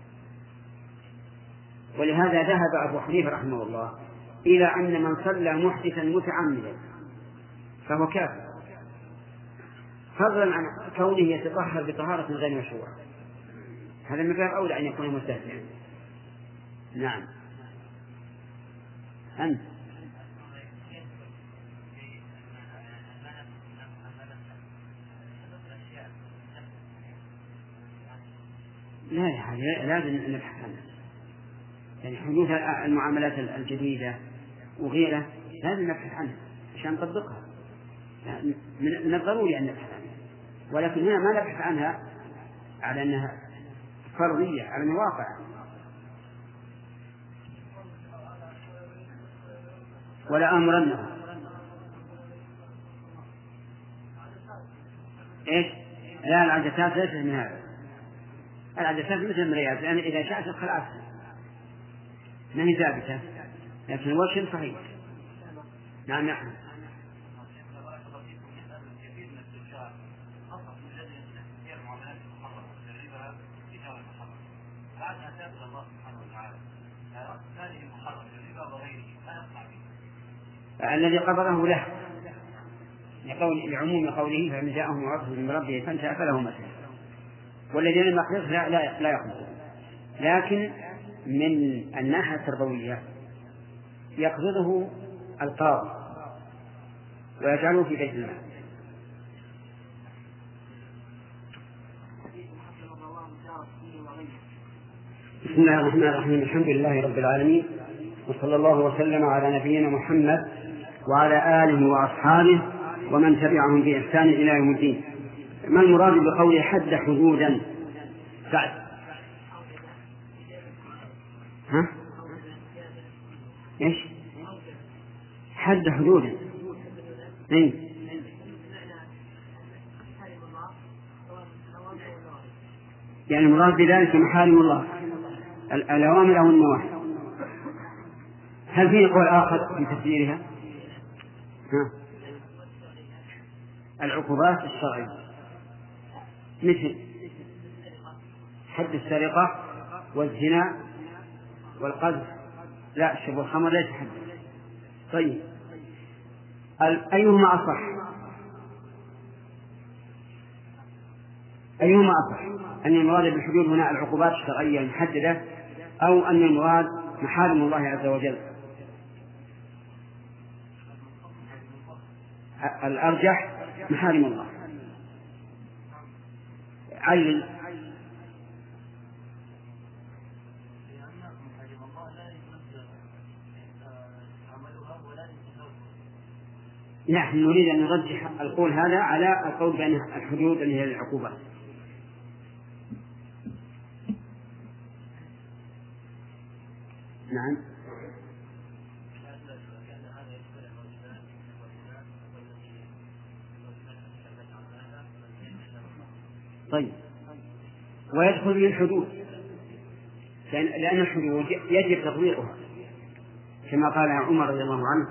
ولهذا ذهب أبو حنيفة رحمه الله إلى أن من صلى محدثا متعمدا فهو كافر، فضلا عن كونه يتطهر بطهارة غير مشروعة. هذا من باب أولى أن يكون مستهزئا. نعم. أنت لا لازم نبحث عنها، يعني حدوث المعاملات الجديدة وغيرها لازم نبحث عنها عشان نطبقها، من الضروري أن نبحث عنها. ولكن هنا ما نبحث عنها على أنها فرضية، على أنها واقع. ولا أمرنه إيش؟ لا، العدسات ليست من هذا. العدسات مثل المريات، لأن إذا شاءت خلاص ما هي ثابتة، لكن الوجه صحيح. نعم. نحن الذي قبضه له لعموم قوله: فمن جاءه موعظة من ربه فانتهى فله ما سلف. والذين لم يقبضه لا يقبضه. لكن من الناحية التربوية يقبضه القاضي ويجعله في بيت المال. بسم الله الرحمن الرحيم. الحمد لله رب العالمين، وصلى الله وسلم على نبينا محمد وعلى آله وأصحابه ومن تبعهم بإحسان إلى يوم الدين. ما المراد بقوله حد حدودا؟ بعد إيش حد حدودا؟ يعني المراد بذلك محارم الله، الأوامر أو النواهي. هل في قول آخر في تفسيرها؟ العقوبات الشرعية مثل حد السرقة والزنا والقذف. لا، شرب الخمر ليس حد. طيب، أيهما أصح؟ أن المراد بالحدود هنا العقوبات الشرعية المحددة، أو أن المراد محارم الله عز وجل؟ الأرجح محارم الله. علل. نحن نريد أن نرجح القول هذا على القول بأن الحدود اللي هي العقوبات. نعم. طيب، ويدخل به الحدود، لأن الحدود يجب تطبيقها، كما قال عمر رضي الله عنه: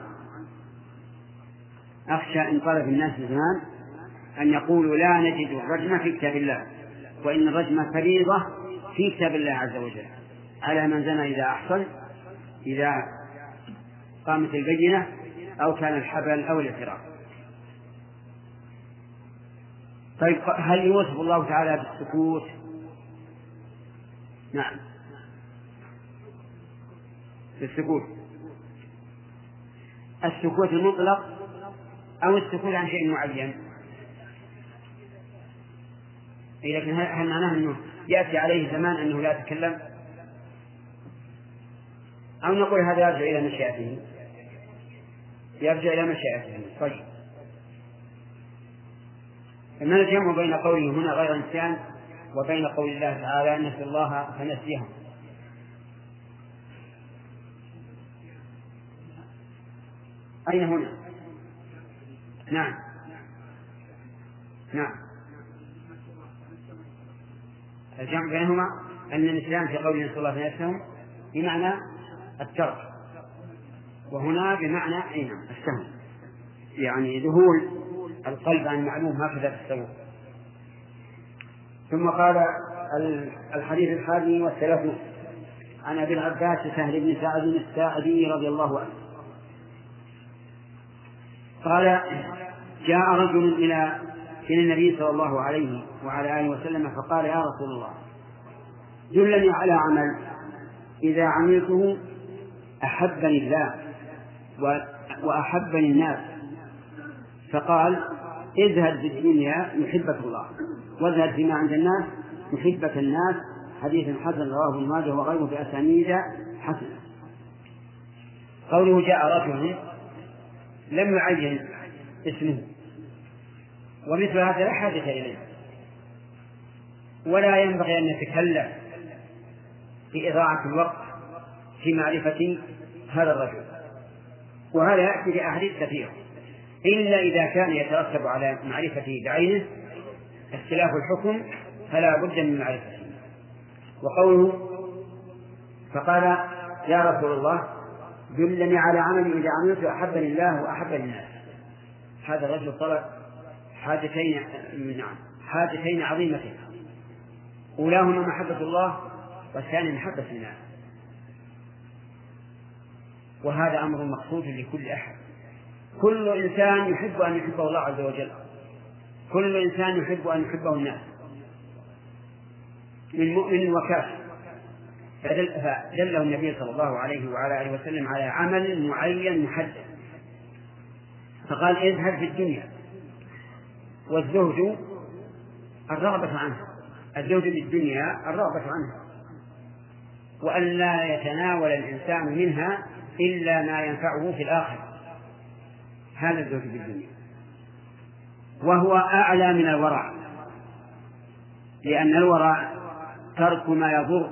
أخشى إن طلب الناس زمان أن يقولوا لا نجد الرجمة في كتاب الله، وإن الرجمة فريضة في كتاب الله عز وجل على من زنى إذا أحصن، إذا قامت البينة أو كان الحبل أو الاعتراف. طيب، هل يوصف الله تعالى بالسكوت؟ نعم، بالسكوت. السكوت المطلق أو السكوت عن شيء معين. لكن هل معناه أنه يأتي عليه زمان أنه لا يتكلم، أو نقول هذا يرجع إلى مشيئته؟ يرجع إلى مشيئته. طيب، ما الجمع بين قوله هنا غير نسيان وبين قول الله تعالى نسي الله فنسيهم؟ أين هنا؟ نعم نعم، الجمع بينهما أن النسيان في قول نسي الله فنسيهم بمعنى الترك، وهنا بمعنى السهو، يعني ذهول القلب عن المعلوم، هكذا تستوى. ثم قال الحديث 31 عن أبي العباس سهل بن سعد الساعدي رضي الله عنه قال جاء رجل إلى النبي صلى الله عليه وعلى آله وسلم فقال يا رسول الله دلني على عمل إذا عملته أحبني الله وأحبني الناس. فقال اذهب في الدنيا يحبك الله واذهب فيما عند الناس يحبك الناس. حديث حسن رواه ابن ماجه وغيره بأسانيد حسنة. قوله جاء رجل لم يعين اسمه، ومثل هذا لا حاجة إليه، ولا ينبغي أن نتكلم في إضاعة الوقت في معرفة هذا الرجل، وهذا يأتي بأحاديث كثيرة، إلا إذا كان يترتب على معرفته بعينه اختلاف الحكم فلا بد من معرفته. وقوله فقال يا رسول الله دلني على عمل إذا عملته أحبني الله وأحبني الناس. هذا الرجل طلب حاجتين عظيمتين، أولاهما محبة الله والثاني محبة الناس، وهذا أمر مقصود لكل أحد. كل إنسان يحب أن يحبه الله عز وجل، كل إنسان يحب أن يحبه الناس من مؤمن وكافر. فدله النبي صلى الله عليه وعلى آله وسلم على عمل معين محدد، فقال اذهب في الدنيا. والزهد الرغبة عنها، الزهد بالدنيا الرغبة عنها، وأن لا يتناول الإنسان منها إلا ما ينفعه في الآخرة، هذا الزهد بالدنيا، وهو أعلى من الورع، لأن الورع ترك ما يضر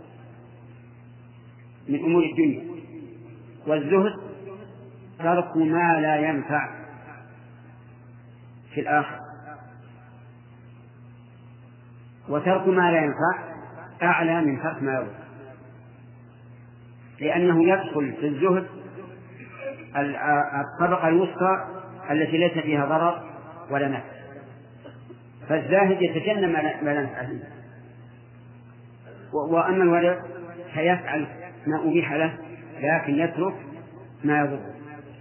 من أمور الدنيا، والزهد ترك ما لا ينفع في الآخرة. وترك ما لا ينفع أعلى من ترك ما يضر، لأنه يدخل في الزهد الطبقة الوسطى التي ليس فيها ضرر ولا نفع، فالزاهد يتجنب ما لا ينفع فيه، وأما الورع فيفعل ما أبيح له لكن يترك ما يضره.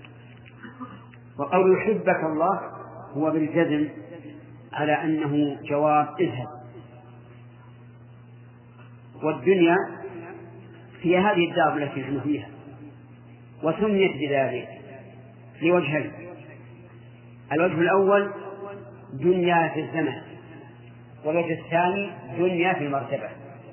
وقول يحبك الله هو بالجزم على أنه جواب اذهب. والدنيا هي هذه الدار التي نحن فيها، وسميت بذلك لوجهين: الوجه الأول دنيا في الزمن، والوجه الثاني دنيا في المرتبة.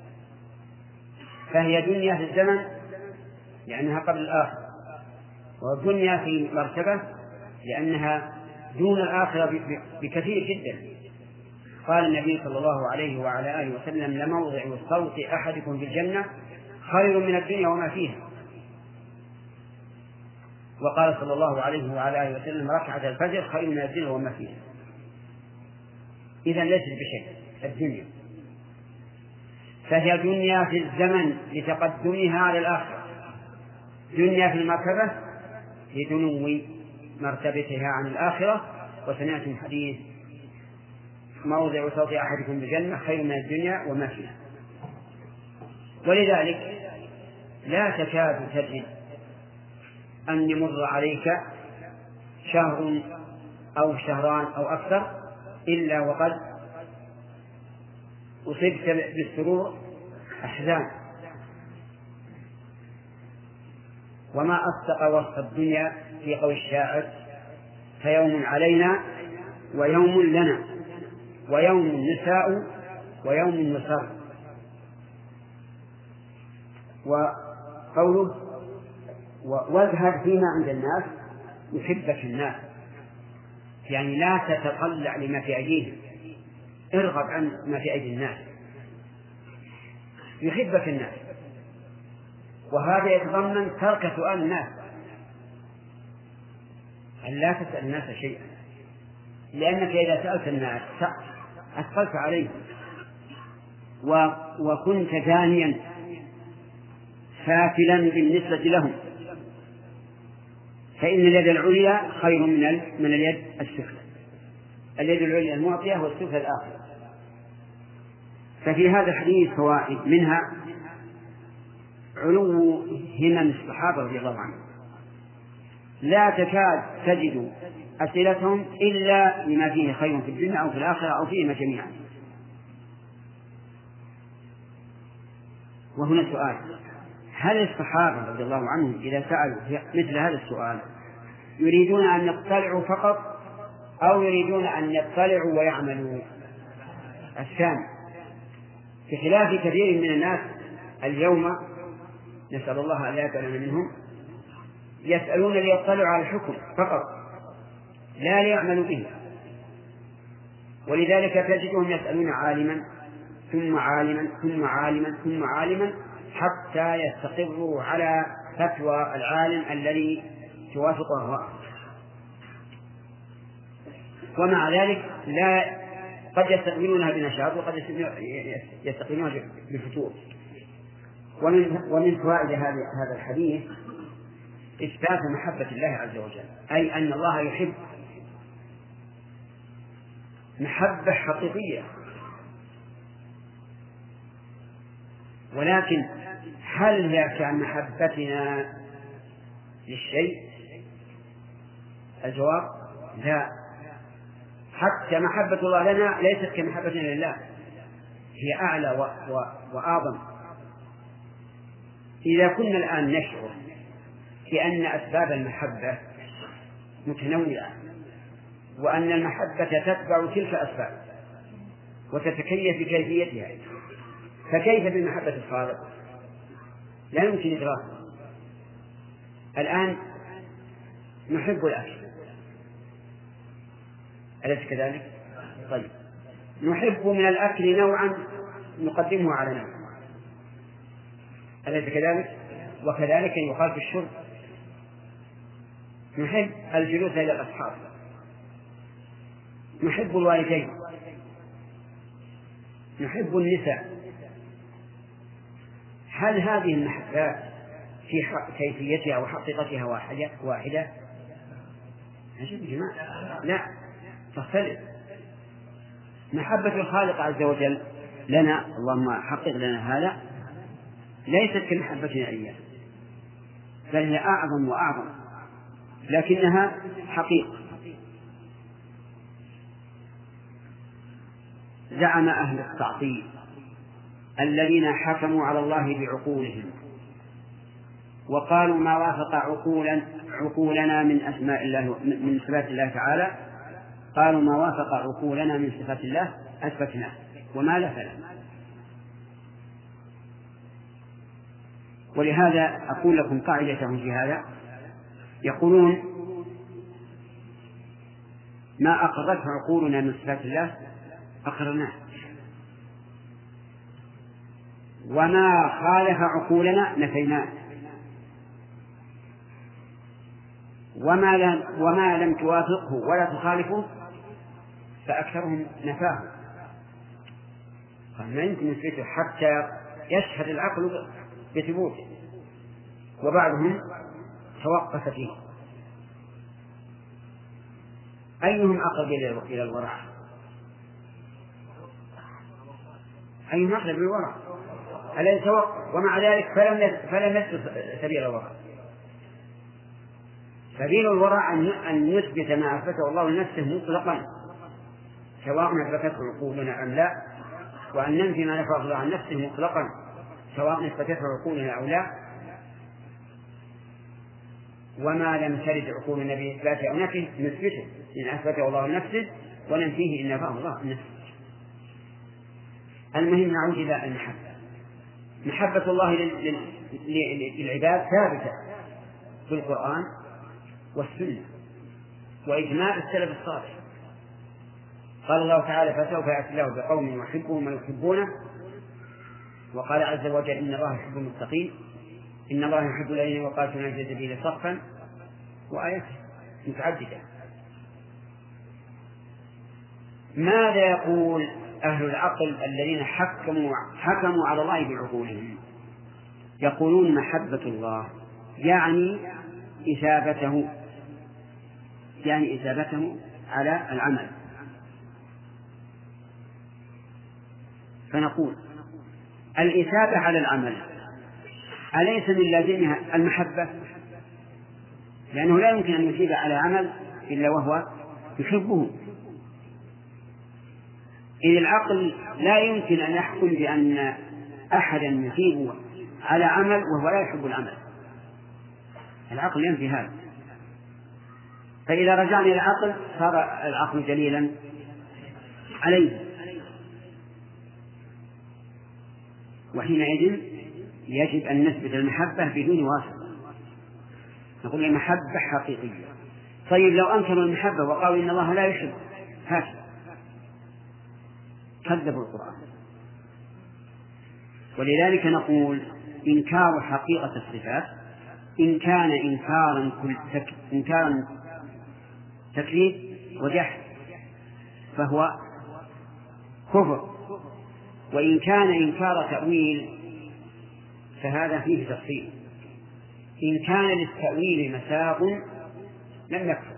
فهي دنيا في الزمن لأنها قبل الآخرة، والدنيا في المرتبة لأنها دون الآخرة بكثير جدا. قال النبي صلى الله عليه وعلى آله وسلم لموضع صوت أحدكم في الجنة خير من الدنيا وما فيها. وقال صلى الله عليه وعلى آله وسلم ركعة الفجر خير من الدنيا وما فيها. إذن ليست بشيء الدنيا، فهي دنيا في الزمن لتقدمها على الآخرة، دنيا في المرتبة لدنو مرتبتها عن الآخرة. وسمعتم حديث موضع صوت أحدكم بالجنة خير من الدنيا وما فيها. ولذلك لا تكاد تجد أن يمر عليك شهر أو شهران أو أكثر إلا وقد أصبت بالسرور أحزان. وما أصدق وصف الدنيا في قول الشاعر: فيوم علينا ويوم لنا ويوم نساء ويوم نسر. وقوله: واذهب فيما عند الناس يحبك الناس، يعني لا تتطلع لما في أيديهم، ارغب عن ما في أيدي الناس يحبك الناس. وهذا يتضمن ترك سؤال الناس، أن لا تسأل الناس شيئا، لأنك إذا سألت الناس أثقلت عليهم وكنت جانيا سافلا بالنسبة لهم، فإن اليد العليا خير من اليد السفلى. اليد العليا المعطية والسفلى الآخرة. ففي هذا الحديث فوائد، منها علو همم الصحابة رضي الله عنهم، لا تكاد تجد أسئلتهم إلا لما فيه خير في الدنيا أو في الآخرة أو فيهما جميعا. وهنا سؤال: هل الصحابة رضي الله عنهم إذا سألوا مثل هذا السؤال يريدون أن يطلعوا فقط أو يريدون أن يطلعوا ويعملوا؟ الثاني، بخلاف كثير من الناس اليوم، نسأل الله أن لا يجعلنا منهم، يسألون ليطلعوا على الحكم فقط لا ليعملوا به. ولذلك تجدهم يسألون عالما ثم عالما ثم عالما ثم عالما حتى يستقروا على فتوى العالم الذي توافق أهواءهم. ومع ذلك قد يستقبلونها بنشاط وقد يستقبلونها بفتور. ومن فوائد هذا الحديث إثبات محبة الله عز وجل، أي أن الله يحب محبة حقيقية. ولكن هل هي كمحبتنا للشيء؟ الجواب: لا. حتى محبة الله لنا ليست كمحبتنا لله، هي أعلى وأعظم. إذا كنا الآن نشعر بأن أسباب المحبة متنوعة وأن المحبة تتبع تلك الأسباب وتتكيف بكيفيتها، فكيف بمحبة الخالق؟ لا يمكن إدراكها. الآن نحب الأكل، أليس كذلك؟ طيب، نحب من الأكل نوعا نقدمه على نوع، أليس كذلك؟ وكذلك يقال في الشرب، نحب الجلوس إلى الأصحاب، نحب الوالدين، نحب النساء. هل هذه المحبات في كيفيتها وحقيقتها واحدة؟ لا، تختلف. محبة الخالق عز وجل لنا، اللهم حقق لنا هذا، ليست كمحبتنا إياه، بل هي أعظم وأعظم، لكنها حقيقة. زعم أهل التعطيل الذين حكموا على الله بعقولهم وقالوا ما وافق عقولنا من أسماء الله من صفات الله تعالى، قالوا ما وافق عقولنا من صفات الله أثبتناه وما لا فلا. ولهذا أقول لكم قاعدتهم في هذا، يقولون ما أقرته عقولنا من صفات الله أقرناه، وما خالف عقولنا نفيناه، وما لم توافقه ولا تخالفه فأكثرهم نفاه. ما يمكن نثبته حتى يشهد العقل بثبوته، وبعضهم توقف فيه. أيهم أقرب إلى الورع؟ أيهم أقرب إلى الورع؟ الذي توقف ومع ذلك فلم يثبت سبيل الورع. سبيل الورع أن يثبت ما أثبته الله لنفسه مطلقا سواء أثبتته عقولنا أم لا، وأن ننفي ما نفاه الله عن نفسه مطلقا سواء أثبتته عقولنا أو لا. وما لم ترد عقول النبي إثباته أو نفيه نثبته، إن أثبته الله لنفسه وننفيه إن نفاه الله لنفسه. المهم نعود إلى المحبة. محبة الله للعباد ثابتة بالقرآن والسنة وإجماع السلف الصالح. قال الله تعالى: فسوف يأتي الله بقوم يحبهم ويحبونه. وقال عز وجل: إن الله يحب المتقين، إن الله يحب الذين يقاتلون في سبيله صفا، وآيات متعددة. ماذا يقول أهل العقل الذين حكموا على الله بعقولهم؟ يقولون: محبة الله يعني إثابته على العمل. فنقول: الإثابة على العمل أليس من لازمها المحبة؟ لأنه لا يمكن أن يثيب على عمل إلا وهو يحبه. إذ العقل لا يمكن أن يحكم بأن أحدا يثيب على عمل وهو لا يحب العمل. العقل ينفي هذا. فإذا رجعنا إلى العقل صار العقل دليلا عليه، وحينئذ يجب أن نثبت المحبة بدون واسطة، نقول المحبة حقيقية. طيب لو أنكروا المحبة وقالوا إن الله لا يحب، هكذا كذبوا القرآن. ولذلك نقول: إنكار حقيقة الصفات إن كان إنكارا تكذيب وجحد فهو كفر، وإن كان إنكار تأويل فهذا فيه تفصيل. إن كان للتأويل مساغ لم يكفر،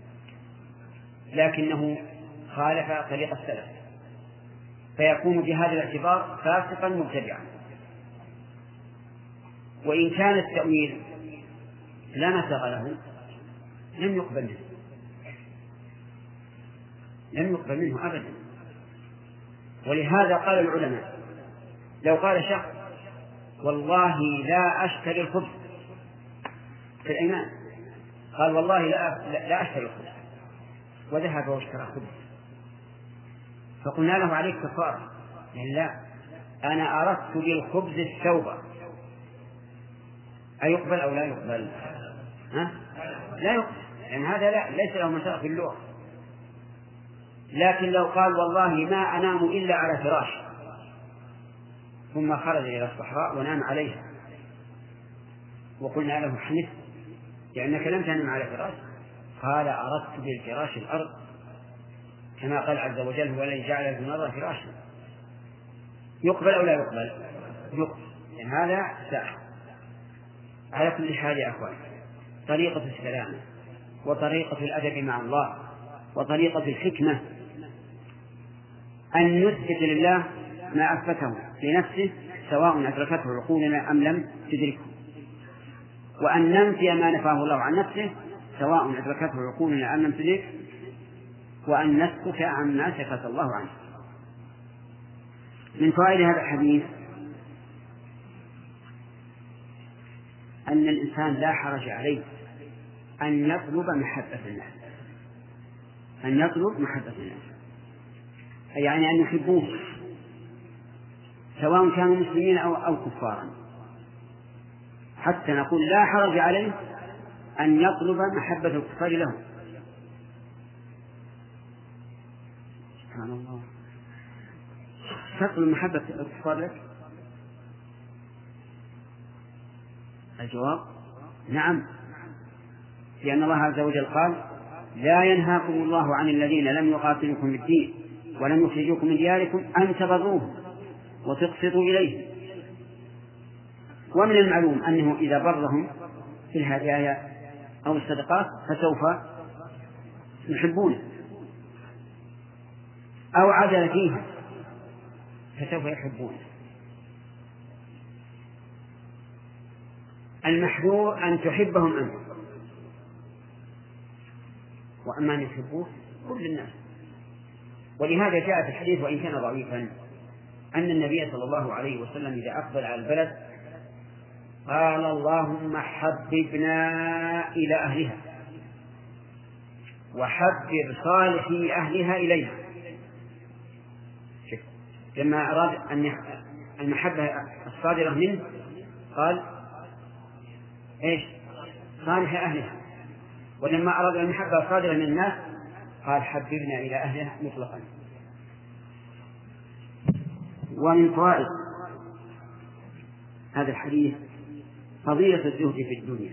لكنه خالف طريق السلف، فيكون بهذا الاعتبار فاسقا مبتدعا. وإن كان التأويل لا مساغ له لم يقبل منه أبدا. ولهذا قال العلماء: لو قال شخص: والله لا أشتري الخبز في الأيمان، قال: والله لا أشتري الخبز، وذهب واشترى خبز، فقلنا له: عليك كفارة. قال: لا، أنا أردت بالخبز الثوب. أيقبل أو لا يقبل؟ لا يقبل، لأن هذا ليس له مساغ في اللغة. لكن لو قال: والله ما أنام إلا على فراش، ثم خرج إلى الصحراء ونام عليها، وقلنا له: حنث لأنك لم تنم على فراش، قال: أردت بالفراش الأرض، كما قال عز وجل: هو الذي جعل في الأرض فراشا. يقبل أو لا يقبل؟ يقبل، لأن هذا ساحر. على كل حال يا أخوان، طريقة السلامة وطريقة الأدب مع الله وطريقة الحكمة أن نثبت لله ما أثبته لنفسه سواء أدركته عقولنا أم لم تدركه، وأن ننفي ما نفاه الله عن نفسه سواء أدركته عقولنا أم لم تدركه، وأن نسكت عما سكت الله عنه. من فوائد هذا الحديث أن الإنسان لا حرج عليه أن يطلب محبة الناس، يعني أن يحبوه سواء كانوا مسلمين أو كفارا. حتى نقول: لا حرج عليه أن يطلب محبة الكفار له. سبحان الله، تطلب محبة الكفار لك؟ الجواب: نعم، لأن الله عز وجل قال: لا ينهاكم الله عن الذين لم يقاتلوكم في الدين ولم يخرجوكم من دياركم أن تبروهم وتقسطوا إليهم. ومن المعلوم أنه إذا برهم في الهدايا أو الصدقات فسوف يحبونه، أو عدل فيها فسوف يحبونه. المحذور أن تحبهم أنت، وأما أن يحبوه كل الناس. ولهذا جاء في الحديث وإن كان ضعيفا أن النبي صلى الله عليه وسلم إذا أقبل على البلد قال اللهم حببنا إلى أهلها وحبب صالحي أهلها إليها. لما أراد المحبة الصادرة منه قال إيش؟ صالح أهلها. ولما أراد المحبة الصادرة من الناس قال حببنا إلى أهلها مطلقا. ومن فوائد هذا الحديث فضيلة الزهد في الدنيا.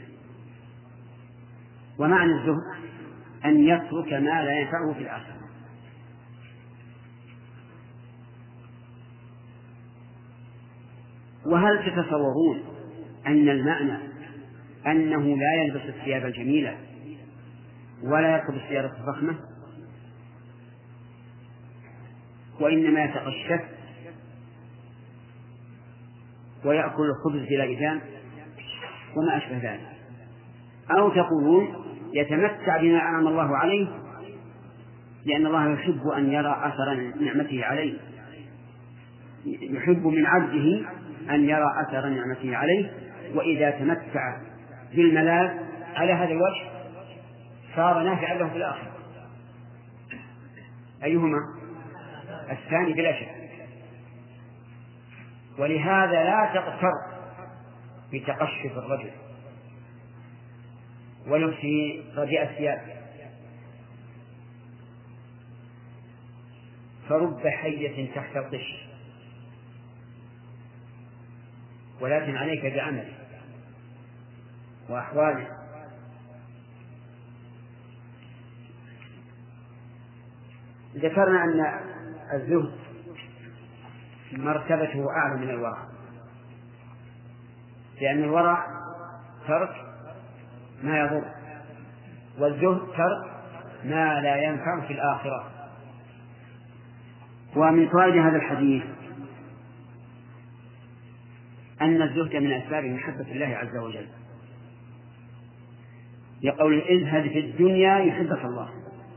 ومعنى الزهد أن يترك ما لا ينفعه في الآخرة. وهل تتصورون أن المعنى أنه لا يلبس الثياب الجميلة ولا يركب السيارة الفخمة وإنما يتقشف ويأكل الخبز بلا إذان وما أشبه ذلك؟ أو تقولون يتمتع بما أنعم الله عليه لأن الله يحب أن يرى أثر نعمته عليه، يحب من عبده أن يرى أثر نعمته عليه، وإذا تمتع بالملاذ على هذا الوجه صار نافعا له في الآخرة. أيهما؟ الثاني بلا شك. ولهذا لا تغتر بتقشف الرجل ولبسه رديء الثياب، فرب حية تحت القش، ولكن عليك بعمله وأحواله. ذكرنا أن الزهد مرتبته أعلى من الورع، لأن الورع ترك ما يضر، والزهد ترك ما لا ينفع في الآخرة. ومن فوائد هذا الحديث أن الزهد من أسباب محبة الله عز وجل، يقول اذهب في الدنيا يحبك الله.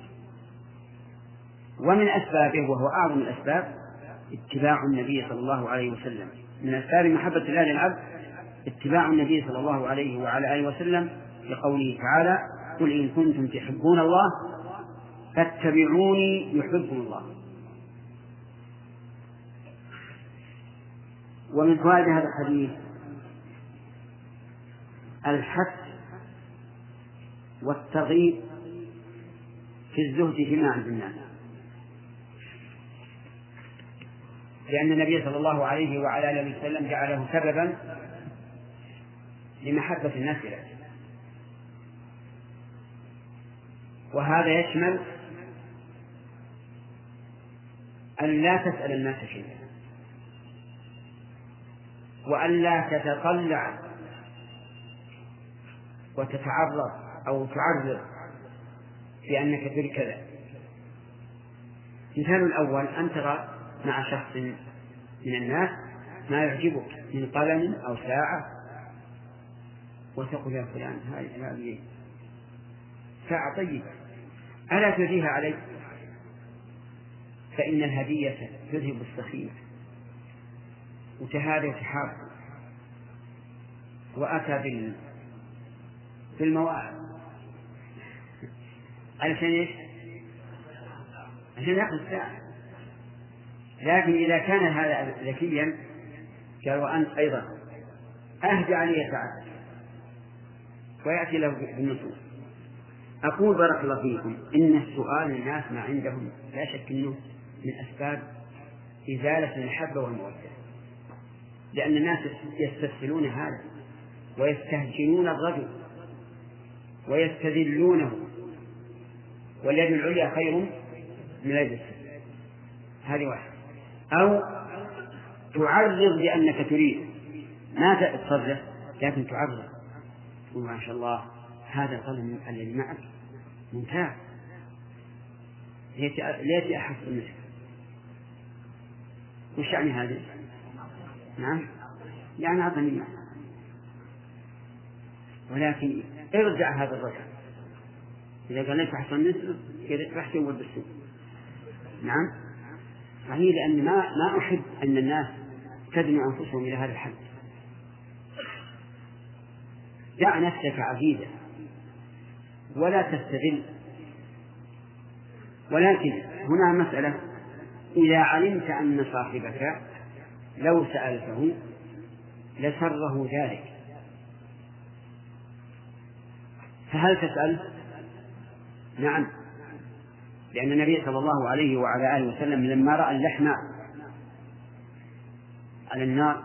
ومن أسبابه وهو أعظم الأسباب اتباع النبي صلى الله عليه وسلم. من أسباب محبة الله للعبد اتباع النبي صلى الله عليه وعلى آله وسلم، لقوله تعالى قل إن كنتم تحبون الله فاتبعوني يحبكم الله. ومن فوائد هذا الحديث الحث والترغيب في الزهد فيما عند الناس، لأن النبي صلى الله عليه وعلى آله وسلم جعله سببا لمحبة الناس له. وهذا يشمل أن لا تسأل الناس شيئا، وأن لا تتطلع وتتعرض أو تعرض بأنك تريد كذا. مثال الأول أن ترى مع شخص من الناس ما يعجبك من قلم أو ساعة وتقول يا فلان هذه ساعة طيبة ألا تهديها علي؟ فإن الهدية تذهب السخيمة، وتهادى وتحاب وأتى بالمواعظ علشان إيش؟ عشان يأخذ الساعة. لكن إذا كان هذا ذكيا قال وأنت أيضا أهدى علي ساعة ويأتي له بالنصوص. أقول بارك الله فيكم إن السؤال الناس ما عندهم لا شك أنه من أسباب إزالة المحبة والمودة، لأن الناس يستسهلون هذا ويستهجنون الرجل ويستذلونه، واليد العليا خير من اليد السفلى. هذه واحدة. أو تعرض لأنك تريد ما تصرف لكن تعرض وما شاء الله هذا القلم الذي معك ممتاز ليتي أحس منك. وش يعني هذا؟ نعم يعني أعطني، ولكن ارجع هذا الرجل إذا قال لك أحسن منه كذا راح تقول بالسوء. نعم صحيح، لأن ما أحب أن الناس تدنوا أنفسهم إلى هذا الحد. دع نفسك عزيزا ولا تستذل. ولكن هنا مسألة: إذا علمت أن صاحبك لو سألته لسره ذلك، فهل تسأل؟ نعم، لأن النبي صلى الله عليه وعلى آله وسلم لما رأى اللحم على النار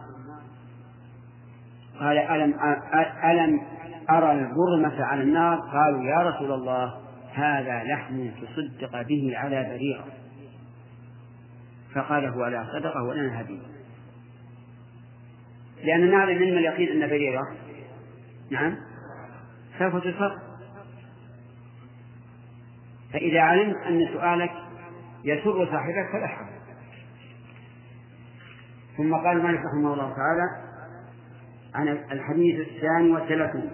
قال: ألم أرى البرمة على النار؟ قالوا: يا رسول الله، هذا لحم تصدق به على بريرة. فقال: هو لا صدقة ولا هدي، لأن نعلم من اليقين أن بريرة نعم سوف تصر. فإذا علمت أن سؤالك يسر صاحبك فلا حرج. ثم قال مالك رحمه الله تعالى عن الحديث 32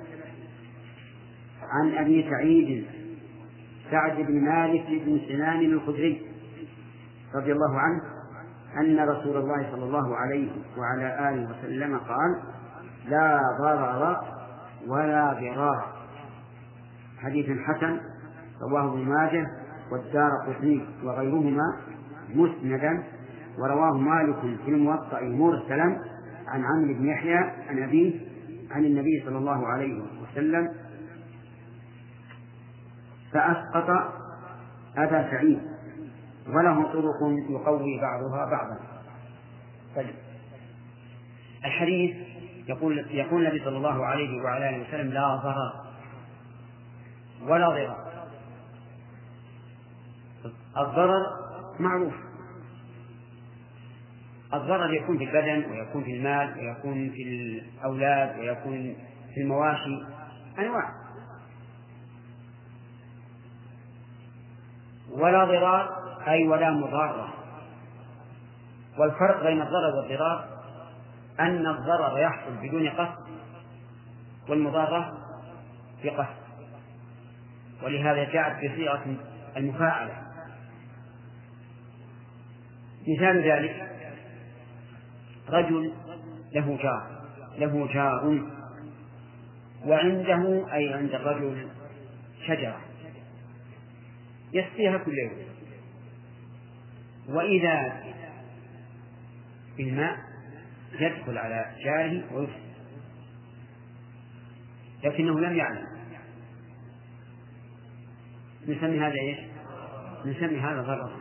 عن أبي سعيد سعد بن مالك بن سنان الخدري رضي الله عنه أن رسول الله صلى الله عليه وعلى آله وسلم قال: لا ضرر ولا ضرار. حديث حسن رواه ابن ماجه والدارقطني وغيرهما مسندا، ورواه مالك في الموطأ مرسلا عن عمرو بن يحيى عن أبيه عن النبي صلى الله عليه وسلم، فأسقط أبا سعيد، وله طرق يقوي بعضها بعضا. طيب، الحديث يقول النبي صلى الله عليه وعلى آله وسلم: لا ضرر ولا ضرار. الضرر معروف، الضرر يكون في البدن ويكون في المال ويكون في الأولاد ويكون في المواشي، أنواع. ولا ضرار أي ولا مضارة. والفرق بين الضرر والضرار أن الضرر يحصل بدون قصد والمضارة بقصد، ولهذا جاءت بصيغة المفاعلة. مثال ذلك: رجل له جار وعنده أي عند الرجل شجرة يسقيها كل يوم، وإذا الماء يدخل على جاره ويفسد، لكنه لم يعلم. نسمي هذا إيش؟ نسمي هذا ضرر.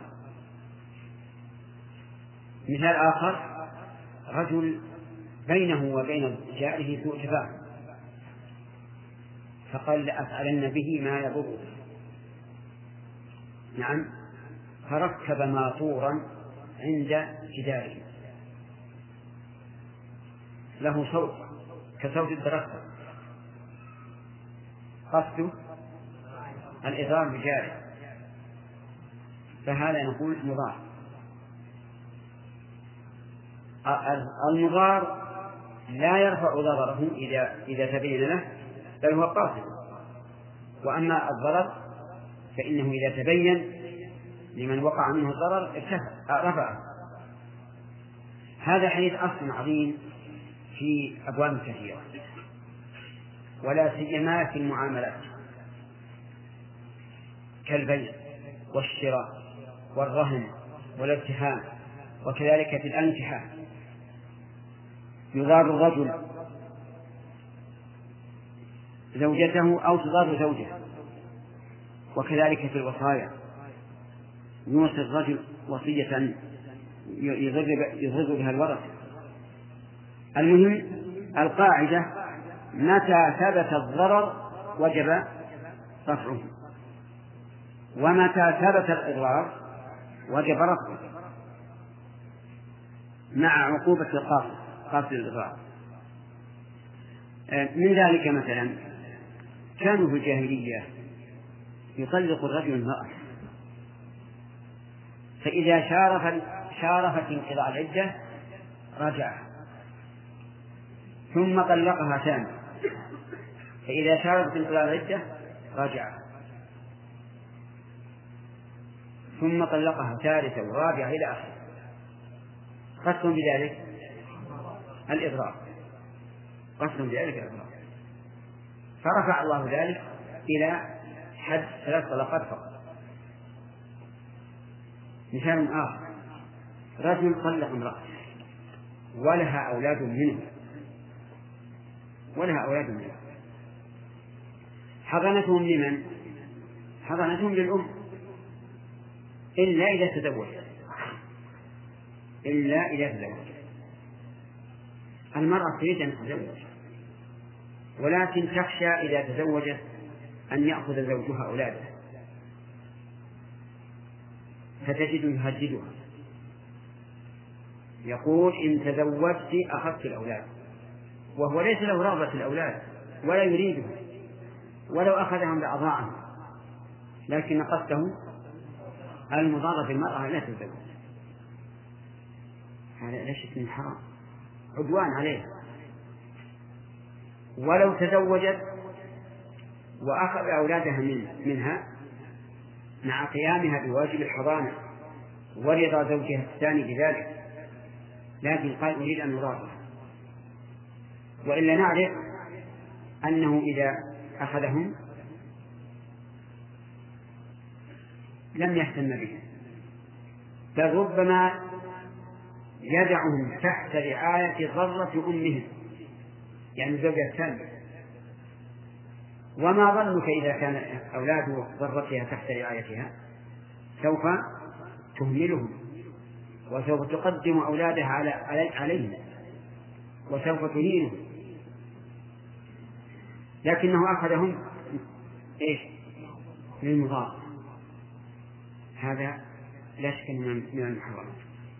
مثال آخر: رجل بينه وبين جاره سوء تفاهم، فقال: لأفعلن به ما يضره. نعم، فركب ماطورا عند جداره له صوت كصوت الدركة، قصده الإضرار بجاره، فهذا نقول مضار. المضار لا يرفع ضرره إذا تبين له، بل هو قاصد. وأما الضرر فإنه إذا تبين لمن وقع منه الضرر رفعه. هذا حديث أصل عظيم في أبواب كثيرة، ولا سيما في المعاملات كالبيع والشراء والرهن والاتهام، وكذلك في الأنكحة يضار الرجل زوجته أو تضار زوجه، وكذلك في الوصايا يوصي الرجل وصية يضر بها الورثة. المهم القاعدة: متى ثبت الضرر وجب رفعه، ومتى ثبت الإضرار وجب رفعه مع عقوبة قاصد الإضرار. من ذلك مثلا كانوا في الجاهلية يطلق الرجل المرأة، فإذا شارفت انقضاء العدة رجع، ثم طلقها ثاني، فإذا شارفت انقضاء العدة رجع، ثم طلقها ثالثة ورابعة إلى آخره. قصد بذلك الإضرار، فرفع الله ذلك إلى حد 3 طلقات فقط. مثال آخر: رجل طلق امرأة ولها أولاد منه، حضنتهم لمن؟ حضنتهم للأم، إلا إذا تزوج. المرأة تريد أن تتزوج، ولكن تخشى إذا تزوجت أن يأخذ زوجها أولاده، فتجد يهددها، يقول: إن تزوجت أخذت الأولاد، وهو ليس له رغبة في الأولاد ولا يريدهم، ولو أخذهم لأضاعهم، لكن قصده المضارة بالمرأة لا تزوج. هذا لا شك من حرام، عدوان عليه. ولو تزوجت وأخذ أولادها منها مع قيامها بواجب الحضانة ورضا زوجها الثاني بذلك، لكن قال: أريد أن نضارها. وإلا نعرف أنه إذا أخذهم لم يهتم بهم، بل ربما يدعهم تحت رعاية ضرة أمهم، يعني زوجها الثاني. وما ظنك إذا كان أولاد ضرتها تحت رعايتها؟ سوف تهملهم، وسوف تقدم أولادها عليهم، وسوف تهينهم. لكنه أخذهم للمضارة. هذا لا شك من المحرمات.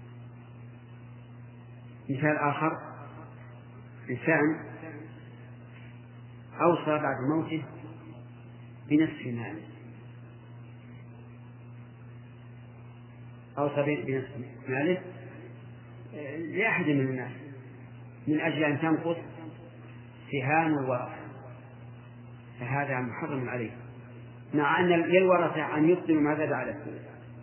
مثال آخر: إنسان أوصى بعد موته بنصف ماله، لأحد من الناس من أجل أن تنقص سهام الورثة، فهذا محرم عليه، مع أن للورثة أن يبطلوا ما زاد على الثلث.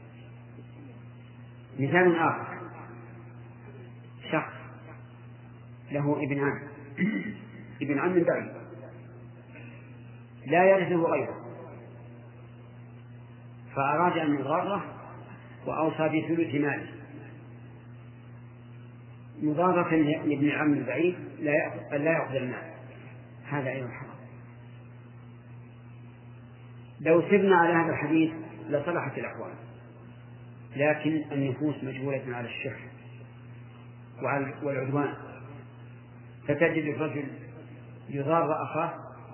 مثال آخر: شخص له ابن عم بعيد لا يرثه غيره، فأراد أن يضاره وأوصى بثلث ماله مضارة لابن العم البعيد لا يأخذ المال. هذا أيضا حرام. لو سرنا على هذا الحديث لصلحت الأحوال، لكن النفوس مجبولة على الشح والعدوان، فتجد الرجل يضار أخاه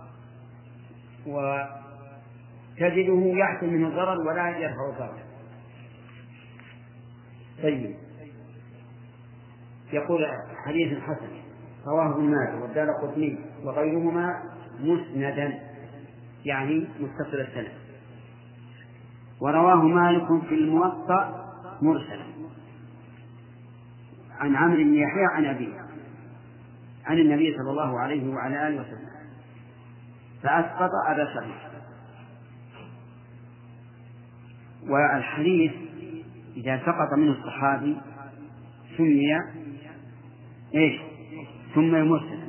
وتجده يحصل منه الضرر ولا يرفع الضرر. طيب، يقول: حديث حسن رواه ابن ماجه والدارقطني وغيرهما مسندا، يعني متصل السند، ورواه مالك في الموطأ مرسلا عن عمرو بن يحيى عن أبيه عن النبي صلى الله عليه وعلى آله وسلم، فأسقط أبا سعيد. والحديث إذا سقط منه الصحابي سمي ثم مرسل،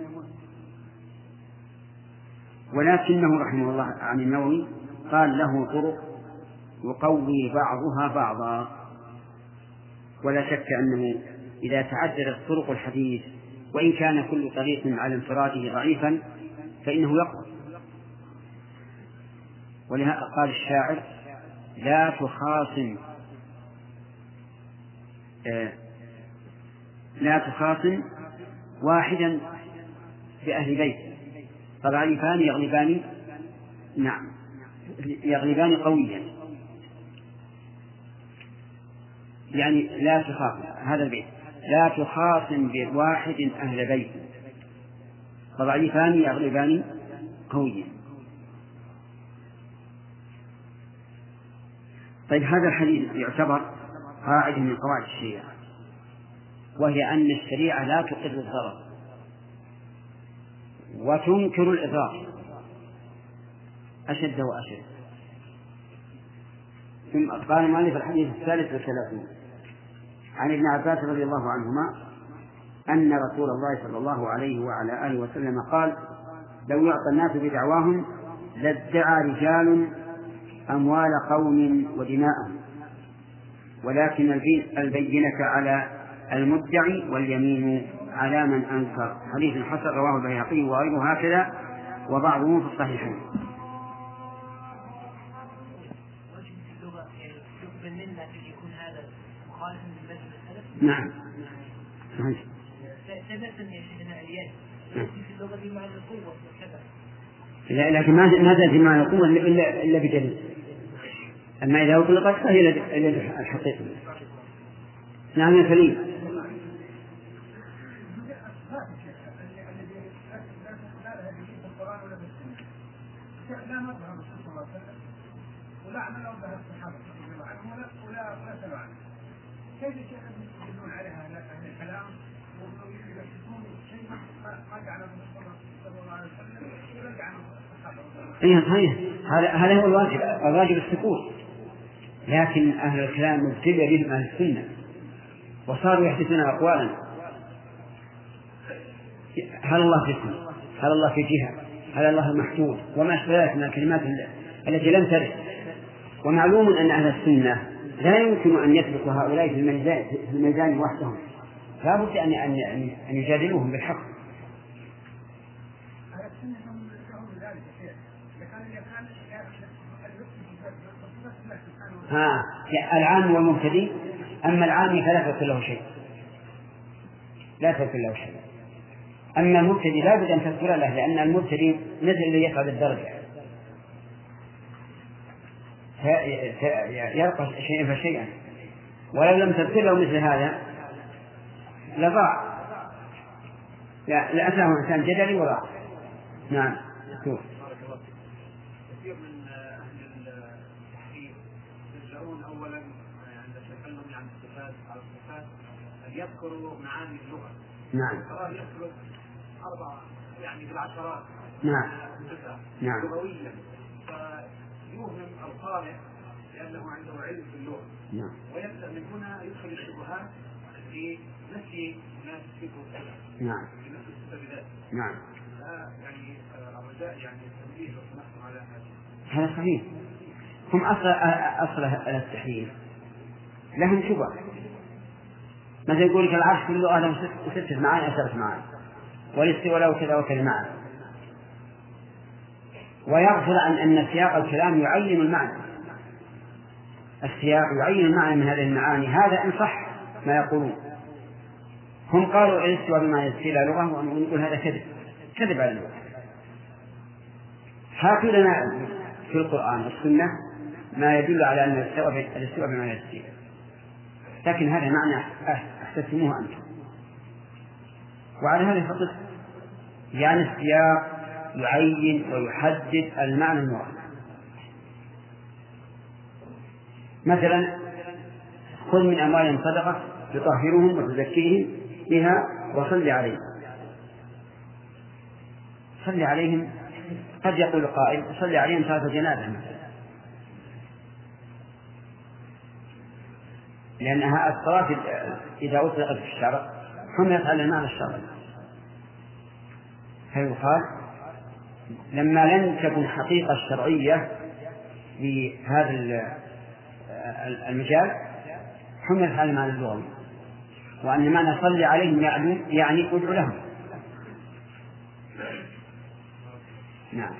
ولكنه رحمه الله عن النووي قال: له طرق يقوي بعضها بعضا. ولا شك أنه إذا تعددت طرق الحديث وإن كان كل طريق على انفراده ضعيفا فإنه يقوى. ولهذا قال الشاعر: لا تخاصم واحدا بأهل بيت فضعيفان يغلبان قويا. يعني لا تخاصم، هذا البيت: لا تخاصم بواحد أهل بيت فضعيفان يغلبان قويا. طيب، هذا الحديث يعتبر قاعدة من قواعد الشريعة، وهي أن الشريعة لا تقر الضرر وتنكر الإضرار أشد وأشد. ثم قال المؤلف: الحديث 33 عن ابن عباس رضي الله عنهما أن رسول الله صلى الله عليه وعلى آله وسلم قال: لو يعطى الناس بدعواهم لادعى رجال أموال قوم ودماءهم، ولكن البينة على المدعي واليمين على من أنكر. حديث حسن رواه البيهقي وغيره هكذا وبعضهم في الصحيحين. نعم صحيح. لكن ما تأتي معنى القوة إلا بدليل. أما إذا أطلقت فهي الحقيقة. نعم يا سليم. لا مذهب صلى الله عليه وسلم ولا عمل بها الصحابة رضي الله عنهم ولا سمعوا عنه. كيف يستدلون عليها أهل الكلام ويكتبون شيء ما جعله صلى الله عليه وسلم ولا جعله الصحابة؟ إيه صحيح. هذا هو الواجب السكوت. لكن أهل الكلام مبتلى بهم أهل السنة وصاروا يحدثون أقوالا. هل الله جسم؟ هل الله في جهة؟ هل الله محدود؟ وما أشبه ذلك من الكلمات التي لم ترد. ومعلوم أن أهل السنة لا يمكن أن يسبقوا هؤلاء في الميزان وحدهم، لا بد أن يجادلوهم بالحق. العام والمبتدئ. أما العام فلا تذكر له شيء، لا تذكر له شيء. أما المبتدئ لا بد أن تذكر له، لأن المبتدئ مثل الذي يصعد الدرجة يرقى شيئا فشيئا، ولو لم تذكر له مثل هذا لضاع، لأتاه إنسان جدلي وضاع. نعم. كثير من أهل التحقيق يرجعون أولا عند التكلم عن الصفات على الصفات أن يذكروا معاني اللغة. نعم. تراه يذكر 4 يعني بالعشرات. نعم. نعم. لغويا فيوهم القارئ لأنه عنده علم في اللغة. نعم. ويبدأ من هنا يدخل الشبهات في نفي ما تثبته. نعم. في نفي الصفة بذاته. نعم. يعني الرجاء يعني التنبيه والتنحر على هذا صحيح. هم أصل التحريف لهم شبه. مثل يقول لك العرش كله له 6 معاني أو 7 معاني، والاستواء له كذا وكذا معاني، ويغفر أن سياق الكلام يعين المعنى. السياق يعين المعنى من هذه المعاني. هذا إن صح ما يقولون. هم قالوا الاستواء بما يستيل لغة، ونقول هذا كذب على اللغة. هاتوا لنا في القرآن والسنة ما يدل على أن الاستواء بما يستيل، لكن هذا معنى احتسموه أنتم. وعلى هذا فقط يعني السياق يعين ويحدد المعنى المراد. مثلا خذ من أموالهم صدقة تطهرهم وتزكيهم بها وصل عليهم. صل عليهم قد يقول قائل صل عليهم صلاة جنازة مثلا، لأنها الصلاة إذا أطلقت في الشرع حملت على المعنى الشرعي. فيقال لما لم تكن حقيقة الشرعية في هذا المجال حملت على المعنى اللغوي، وأن معنى صل عليهم يعني ادعو لهم. نعم.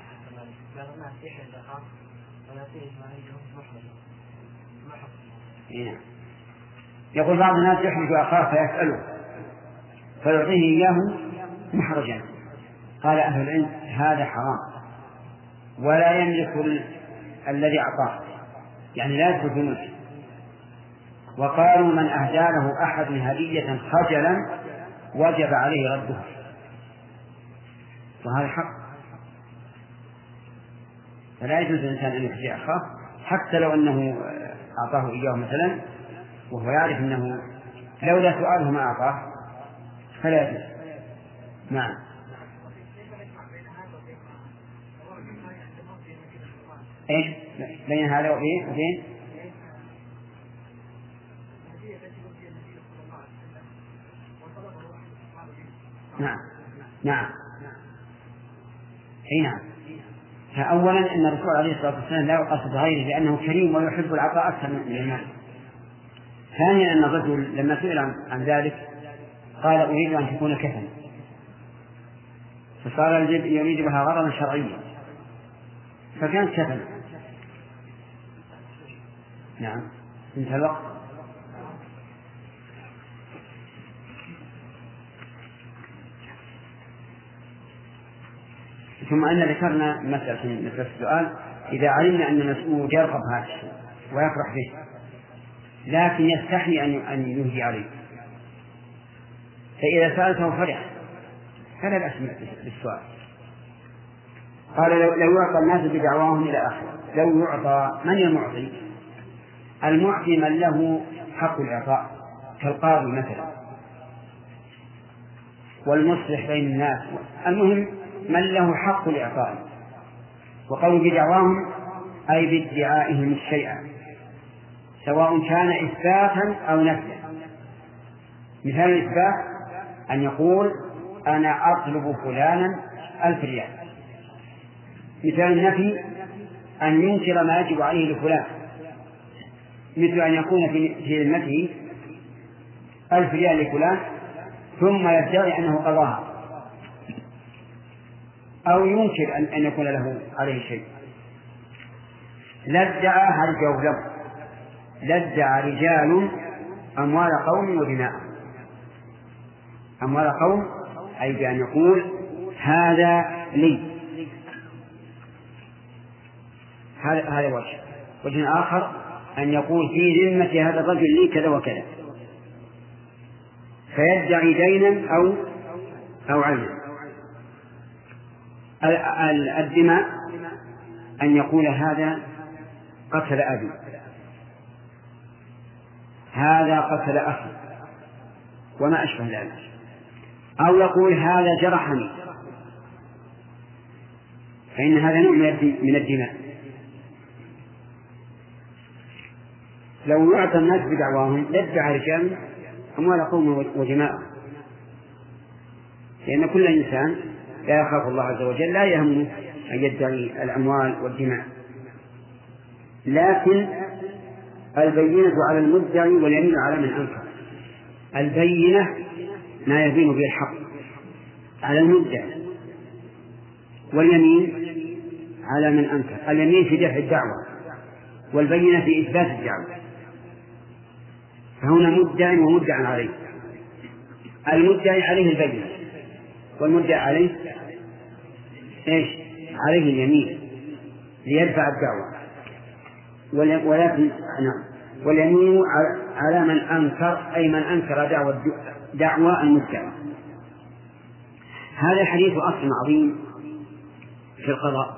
يقول بعض الناس يحرج أخاه فيسأله فيعطيه إياه محرجا. قال أهل العلم هذا حرام ولا يملك الذي أعطاه، يعني لا يدخل في ملكه. وقالوا من أهدى له أحد هدية خجلا وجب عليه ردها، وهذا حق. فلا يجوز للإنسان أن يخزي أخاه حتى لو أنه أعطاه إياه مثلا وهو يعرف أنه لولا سؤاله ما أعطاه فلا يجوز. نعم. إيش بين هذا وبين نعم. نعم. أي نعم. فأولا أن الرسول عليه الصلاة والسلام لا يقصد غيره لأنه كريم ويحب العطاء أكثر من المال. ثانيا أن الرجل لما سئل عن ذلك قال أريد أن تكون كفن، فصار يريد بها غرضا شرعيا فكانت كفن. نعم انتهى الوقت. ثم أن ذكرنا مسألة السؤال إذا علمنا أن المسؤول يرغب هذا الشيء ويفرح به لكن يستحي أن يهدي عليه، فإذا سألته فرح فلا بأس بالسؤال. قال لو يعطى الناس بدعواهم إلى آخره. لو يعطى، من المعطي؟ المعطي من له حق الإعطاء كالقاضي مثلا والمصلح بين الناس، المهم من له حق الإعطاء. وقول بدعواهم أي بادعائهم الشيء سواء كان إثباتا أو نفيا. مثال الإثبات أن يقول أنا أطلب فلانا 1000 ريال. مثال النفي أن ينكر ما يجب عليه لفلان، مثل أن يكون في ذمته 1000 ريال لفلان ثم يدعي أنه قضاها، أو ينكر أن يكون له عليه شيء. لادعى لادعى رجال أموال قوم ودماء. أموال قوم أي بأن يقول هذا لي. هذا وجه آخر أن يقول في ذمة هذا الرجل لي كذا وكذا، فيدعي دينا أو عينا. الدماء أن يقول هذا قتل أبي، هذا قتل أخي وما أشبه ذلك، أو يقول هذا جرحني، فإن هذا نوع من الدماء. لو يعطى الناس بدعواهم لادعى رجال أموال قوم ودماء، لأن كل إنسان لا يخاف الله عز وجل لا يهمه أن يدعي الأموال والدماء. لكن البينة على المدعي واليمين على من أنكر. البينة ما يبين به الحق على المدعي، واليمين على من أنكر. اليمين في دفع الدعوة والبينة في إثبات الدعوة. فهنا مدعي ومدعى عليه. المدعي عليه البينة والمدعى عليه إيش؟ عليه اليمين ليدفع الدعوة، ولكن واليمين على من أنكر، أي من أنكر دعوى المدعي. هذا الحديث أصل عظيم في القضاء،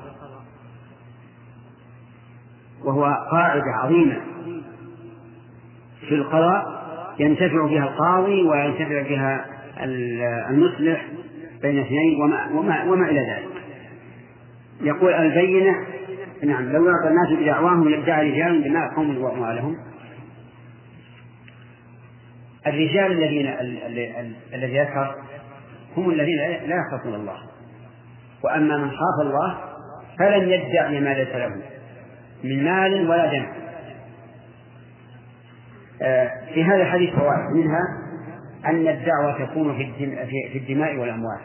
وهو قاعدة عظيمة في القضاء ينتفع بها القاضي وينتفع بها المصلح بين اثنين وما إلى ذلك. يقول البينة. نعم لو يعطى الناس بدعواهم لادعى رجال دماء قوم وأموالهم. الرجال الذي ذكر هم الذين لا يخافون الله، وأما من خاف الله فلن يدعي ما ليس له من مال ولا دم. في هذا الحديث فوائد، منها أن الدعوة تكون في الدماء والأموال،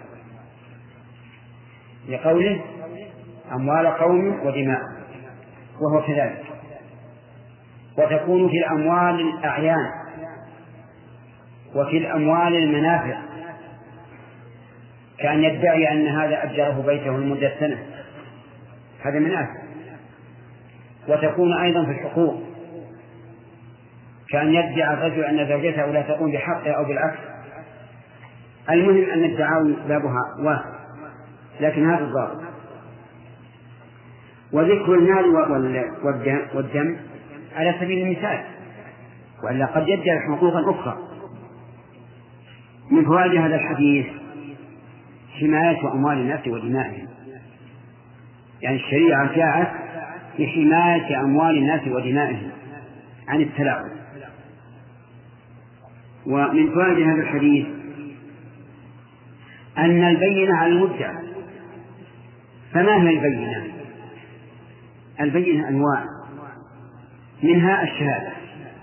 لقوله أموال قوم ودماء، وهو كذلك. وتكون في الأموال الأعيان وفي الأموال المنافع، كأن يدعي أن هذا أجره بيته لمدة سنة، هذا منافع. وتكون أيضا في الحقوق، كأن يدعي الرجل أن زوجته لا تقوم بحقه أو بالعكس. المهم أن الدعاوي بابها واسع، لكن هذا الضابط. وذكر المال والدم على سبيل المثال، وإلا قد يدعي حقوقا أخرى. من فوائد هذا الحديث حماية أموال الناس ودمائهم، يعني الشريعة جاءت لحماية أموال الناس ودمائهم عن التلاعب. ومن فوائد هذا الحديث أن البينة على المدعي فما هي البينة؟ البينة أنواع، منها الشهادة.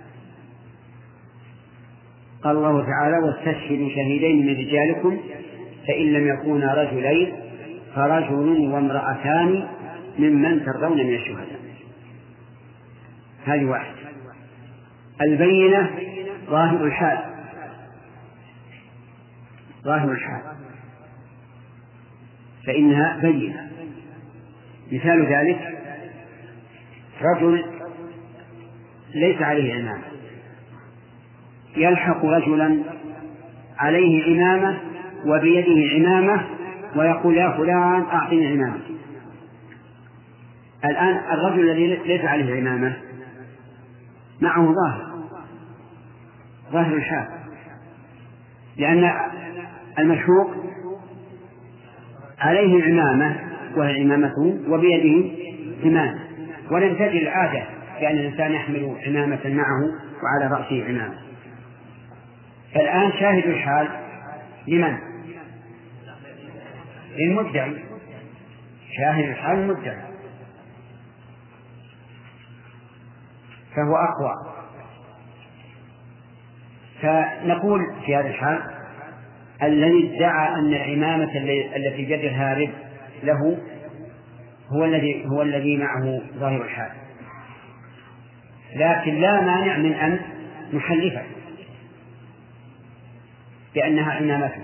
قال الله تعالى: واستشهدوا شهيدين من رجالكم فإن لم يكونا رجلين فرجل وامرأتان ممن ترضون من الشهداء. هذه واحد. البينة ظاهر الحال، ظاهر الحال فإنها بينة. مثال ذلك رجل ليس عليه عمامة يلحق رجلا عليه عمامة وبيده عمامة ويقول: يا فلان أعطني عمامة. الآن الرجل الذي ليس عليه عمامة معه ظاهر الحال، لأن المشهوق عليه عمامة وهي عمامته وبيده عمامة، ولم تجد العادة لأن الإنسان يحمل عمامة معه وعلى رأسه عمامة. فالآن شاهد الحال لمن؟ للمدعي. شاهد الحال المدعي فهو أقوى. فنقول في هذا الحال: الذي ادعى أن العمامة التي بيد الهارب له هو الذي معه ظاهر الحال، لكن لا مانع من أن نحلفه بأنها عمامته.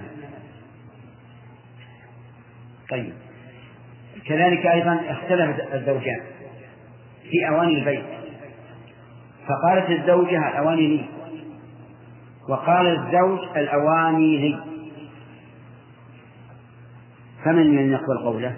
طيب، كذلك أيضا اختلف الزوجان في أواني البيت، فقالت الزوجة: الأواني لي، وقال الزوج: الأواني لي. فمن يقبل قوله؟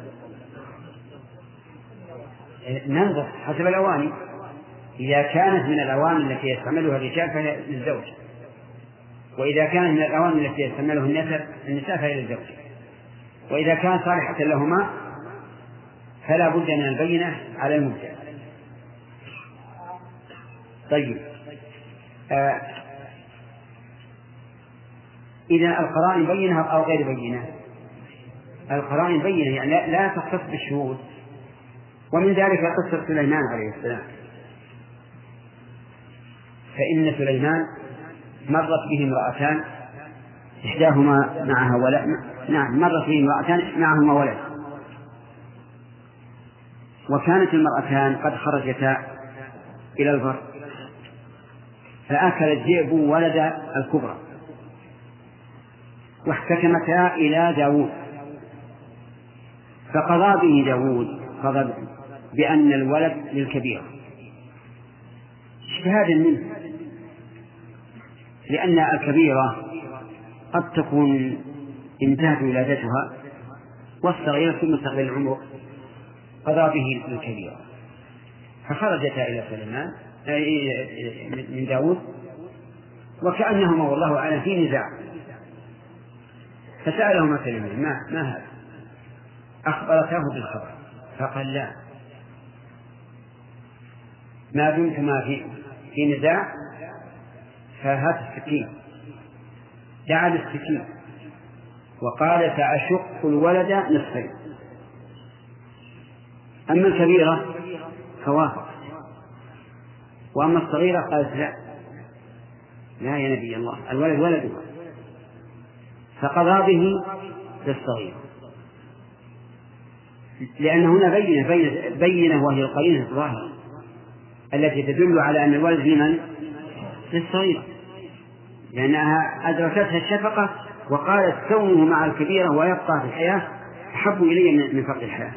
ننظر حسب الأواني. إذا كانت من الأواني التي يستعملها الرجال فهي للزوج، وإذا كانت من الأواني التي يستعملها النساء فهي للزوج، وإذا كانت صالحة لهما فلا بد من البينة على المبدع. طيب، إذا القرائن بينة أو غير بينة؟ القرائن بينة، يعني لا تختص بالشهود. ومن ذلك قصة سليمان عليه السلام، فإن سليمان مرت به امرأتان إحداهما معها ولد، مرت به امرأتان معهما ولد، وكانت المرأتان قد خرجتا إلى البر، فأكل الذئب ولد الكبرى، واحتكمتا إلى داود، فقضى به داود قضى بأن الولد للكبير اجتهادا منه، لأن الكبيرة قد تكون انتهت ولادتها والصغيرة في مستقبل العمر، قضى به للكبيرة، فخرجتا إلى سليمان من داود، وكأنهما والله أعلم في نزاع، فسألهما سليمان: ما هذا؟ أخبرته بالخبر، فقال: لا، ما دمتما في نزاع فهات السكين. دعا بالسكين وقال: سأشق الولد نصفين. أما الكبيرة فوافق، وأما الصغيرة قالت: لا يا نبي الله، الولد ولدها، فقضى به للصغير، لأن هنا بينة وهي القرينة الظاهرة التي تدل على أن الولد لمن؟ للصغير، لأنها أدركتها الشفقة وقالت: كونه مع الكبيرة ويبقى في الحياة أحب إلي من فقد الحياة.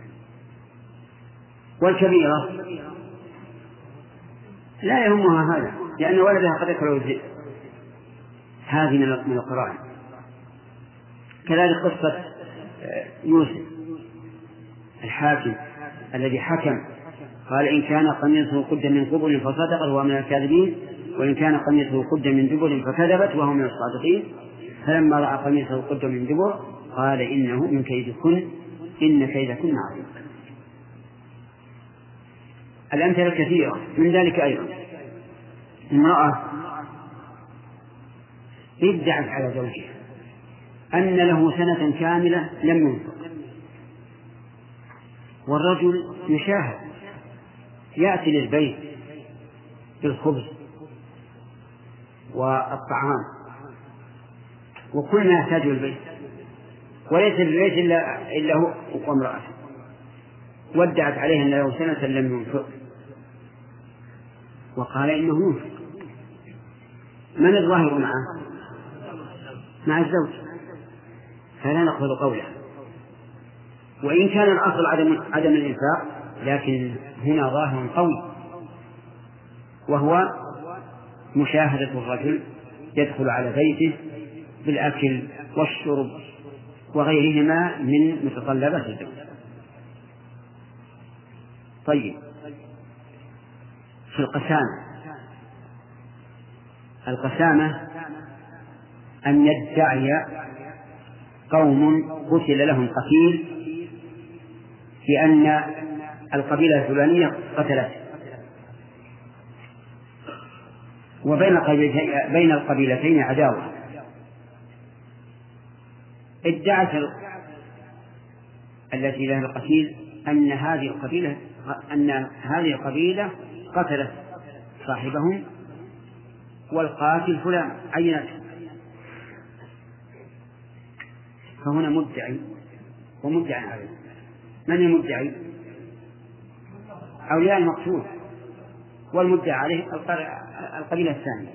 والكبيرة لا يهمها هذا، لأن ولدها قد أكله الذئب. هذه من القرائن. كذلك قصة يوسف الحاكم الذي حكم قال: إن كان قميصه قد من قبل فصدقت وهو من الكاذبين، وإن كان قميصه قد من دبر فكذبت وهو من الصادقين. فلما رأى قميصه قد من دبر قال: إنه من كيدكن إن كيدكن عظيم. الأمثلة كثيرة. من ذلك أيضا امرأة ادعت على زوجها أن له سنة كاملة لم ينفق، والرجل يشاهد يأتي للبيت بالخبز والطعام وكل ما يحتاجه البيت، وليس في البيت إلا هو وامرأته، ودعت عليه أن له سنة لم ينفق، وقال إنه ينفق. من الظاهر معه؟ مع الزوج، فلا نقبل قوله، وإن كان الأصل عدم الإنفاق، لكن هنا ظاهر قوي، وهو مشاهدة الرجل يدخل على بيته بالأكل والشرب وغيرهما من متطلبات الزوج. طيب، في القسامة أن يدعي قوم قتل لهم قتيل بأن القبيلة الفلانية قتلت، بين القبيلتين عداوة، ادعت التي لها القتيل أن هذه القبيلة قتلت صاحبهم والقاتل فلان عينته، فهنا مدعي ومدعي عليه. من المدعي؟ أولياء المقتول، والمدعي عليه القبيلة الثانية.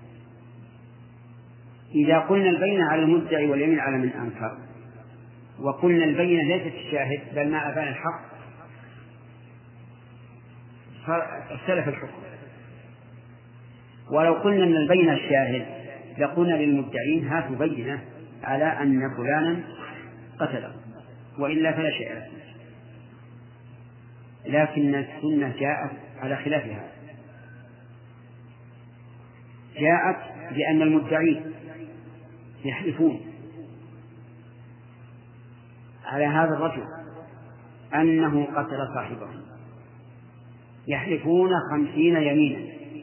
إذا قلنا البينة على المدعي واليمين على من أنكر، وقلنا البينة ليست الشاهد بل ما أبان الحق، اختلف الحكم. ولو قلنا أن البينة الشاهد لقلنا للمدعين هاتوا بينة على أن فلانا قتله، وإلا فلا شيء له. لكن السنة جاءت على خلافها، جاءت بأن المدعين يحلفون على هذا الرجل أنه قتل صاحبه، يحلفون 50 يمينا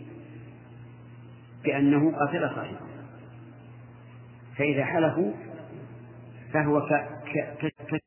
بأنه قتل صاحبه، فإذا حلفوا فهو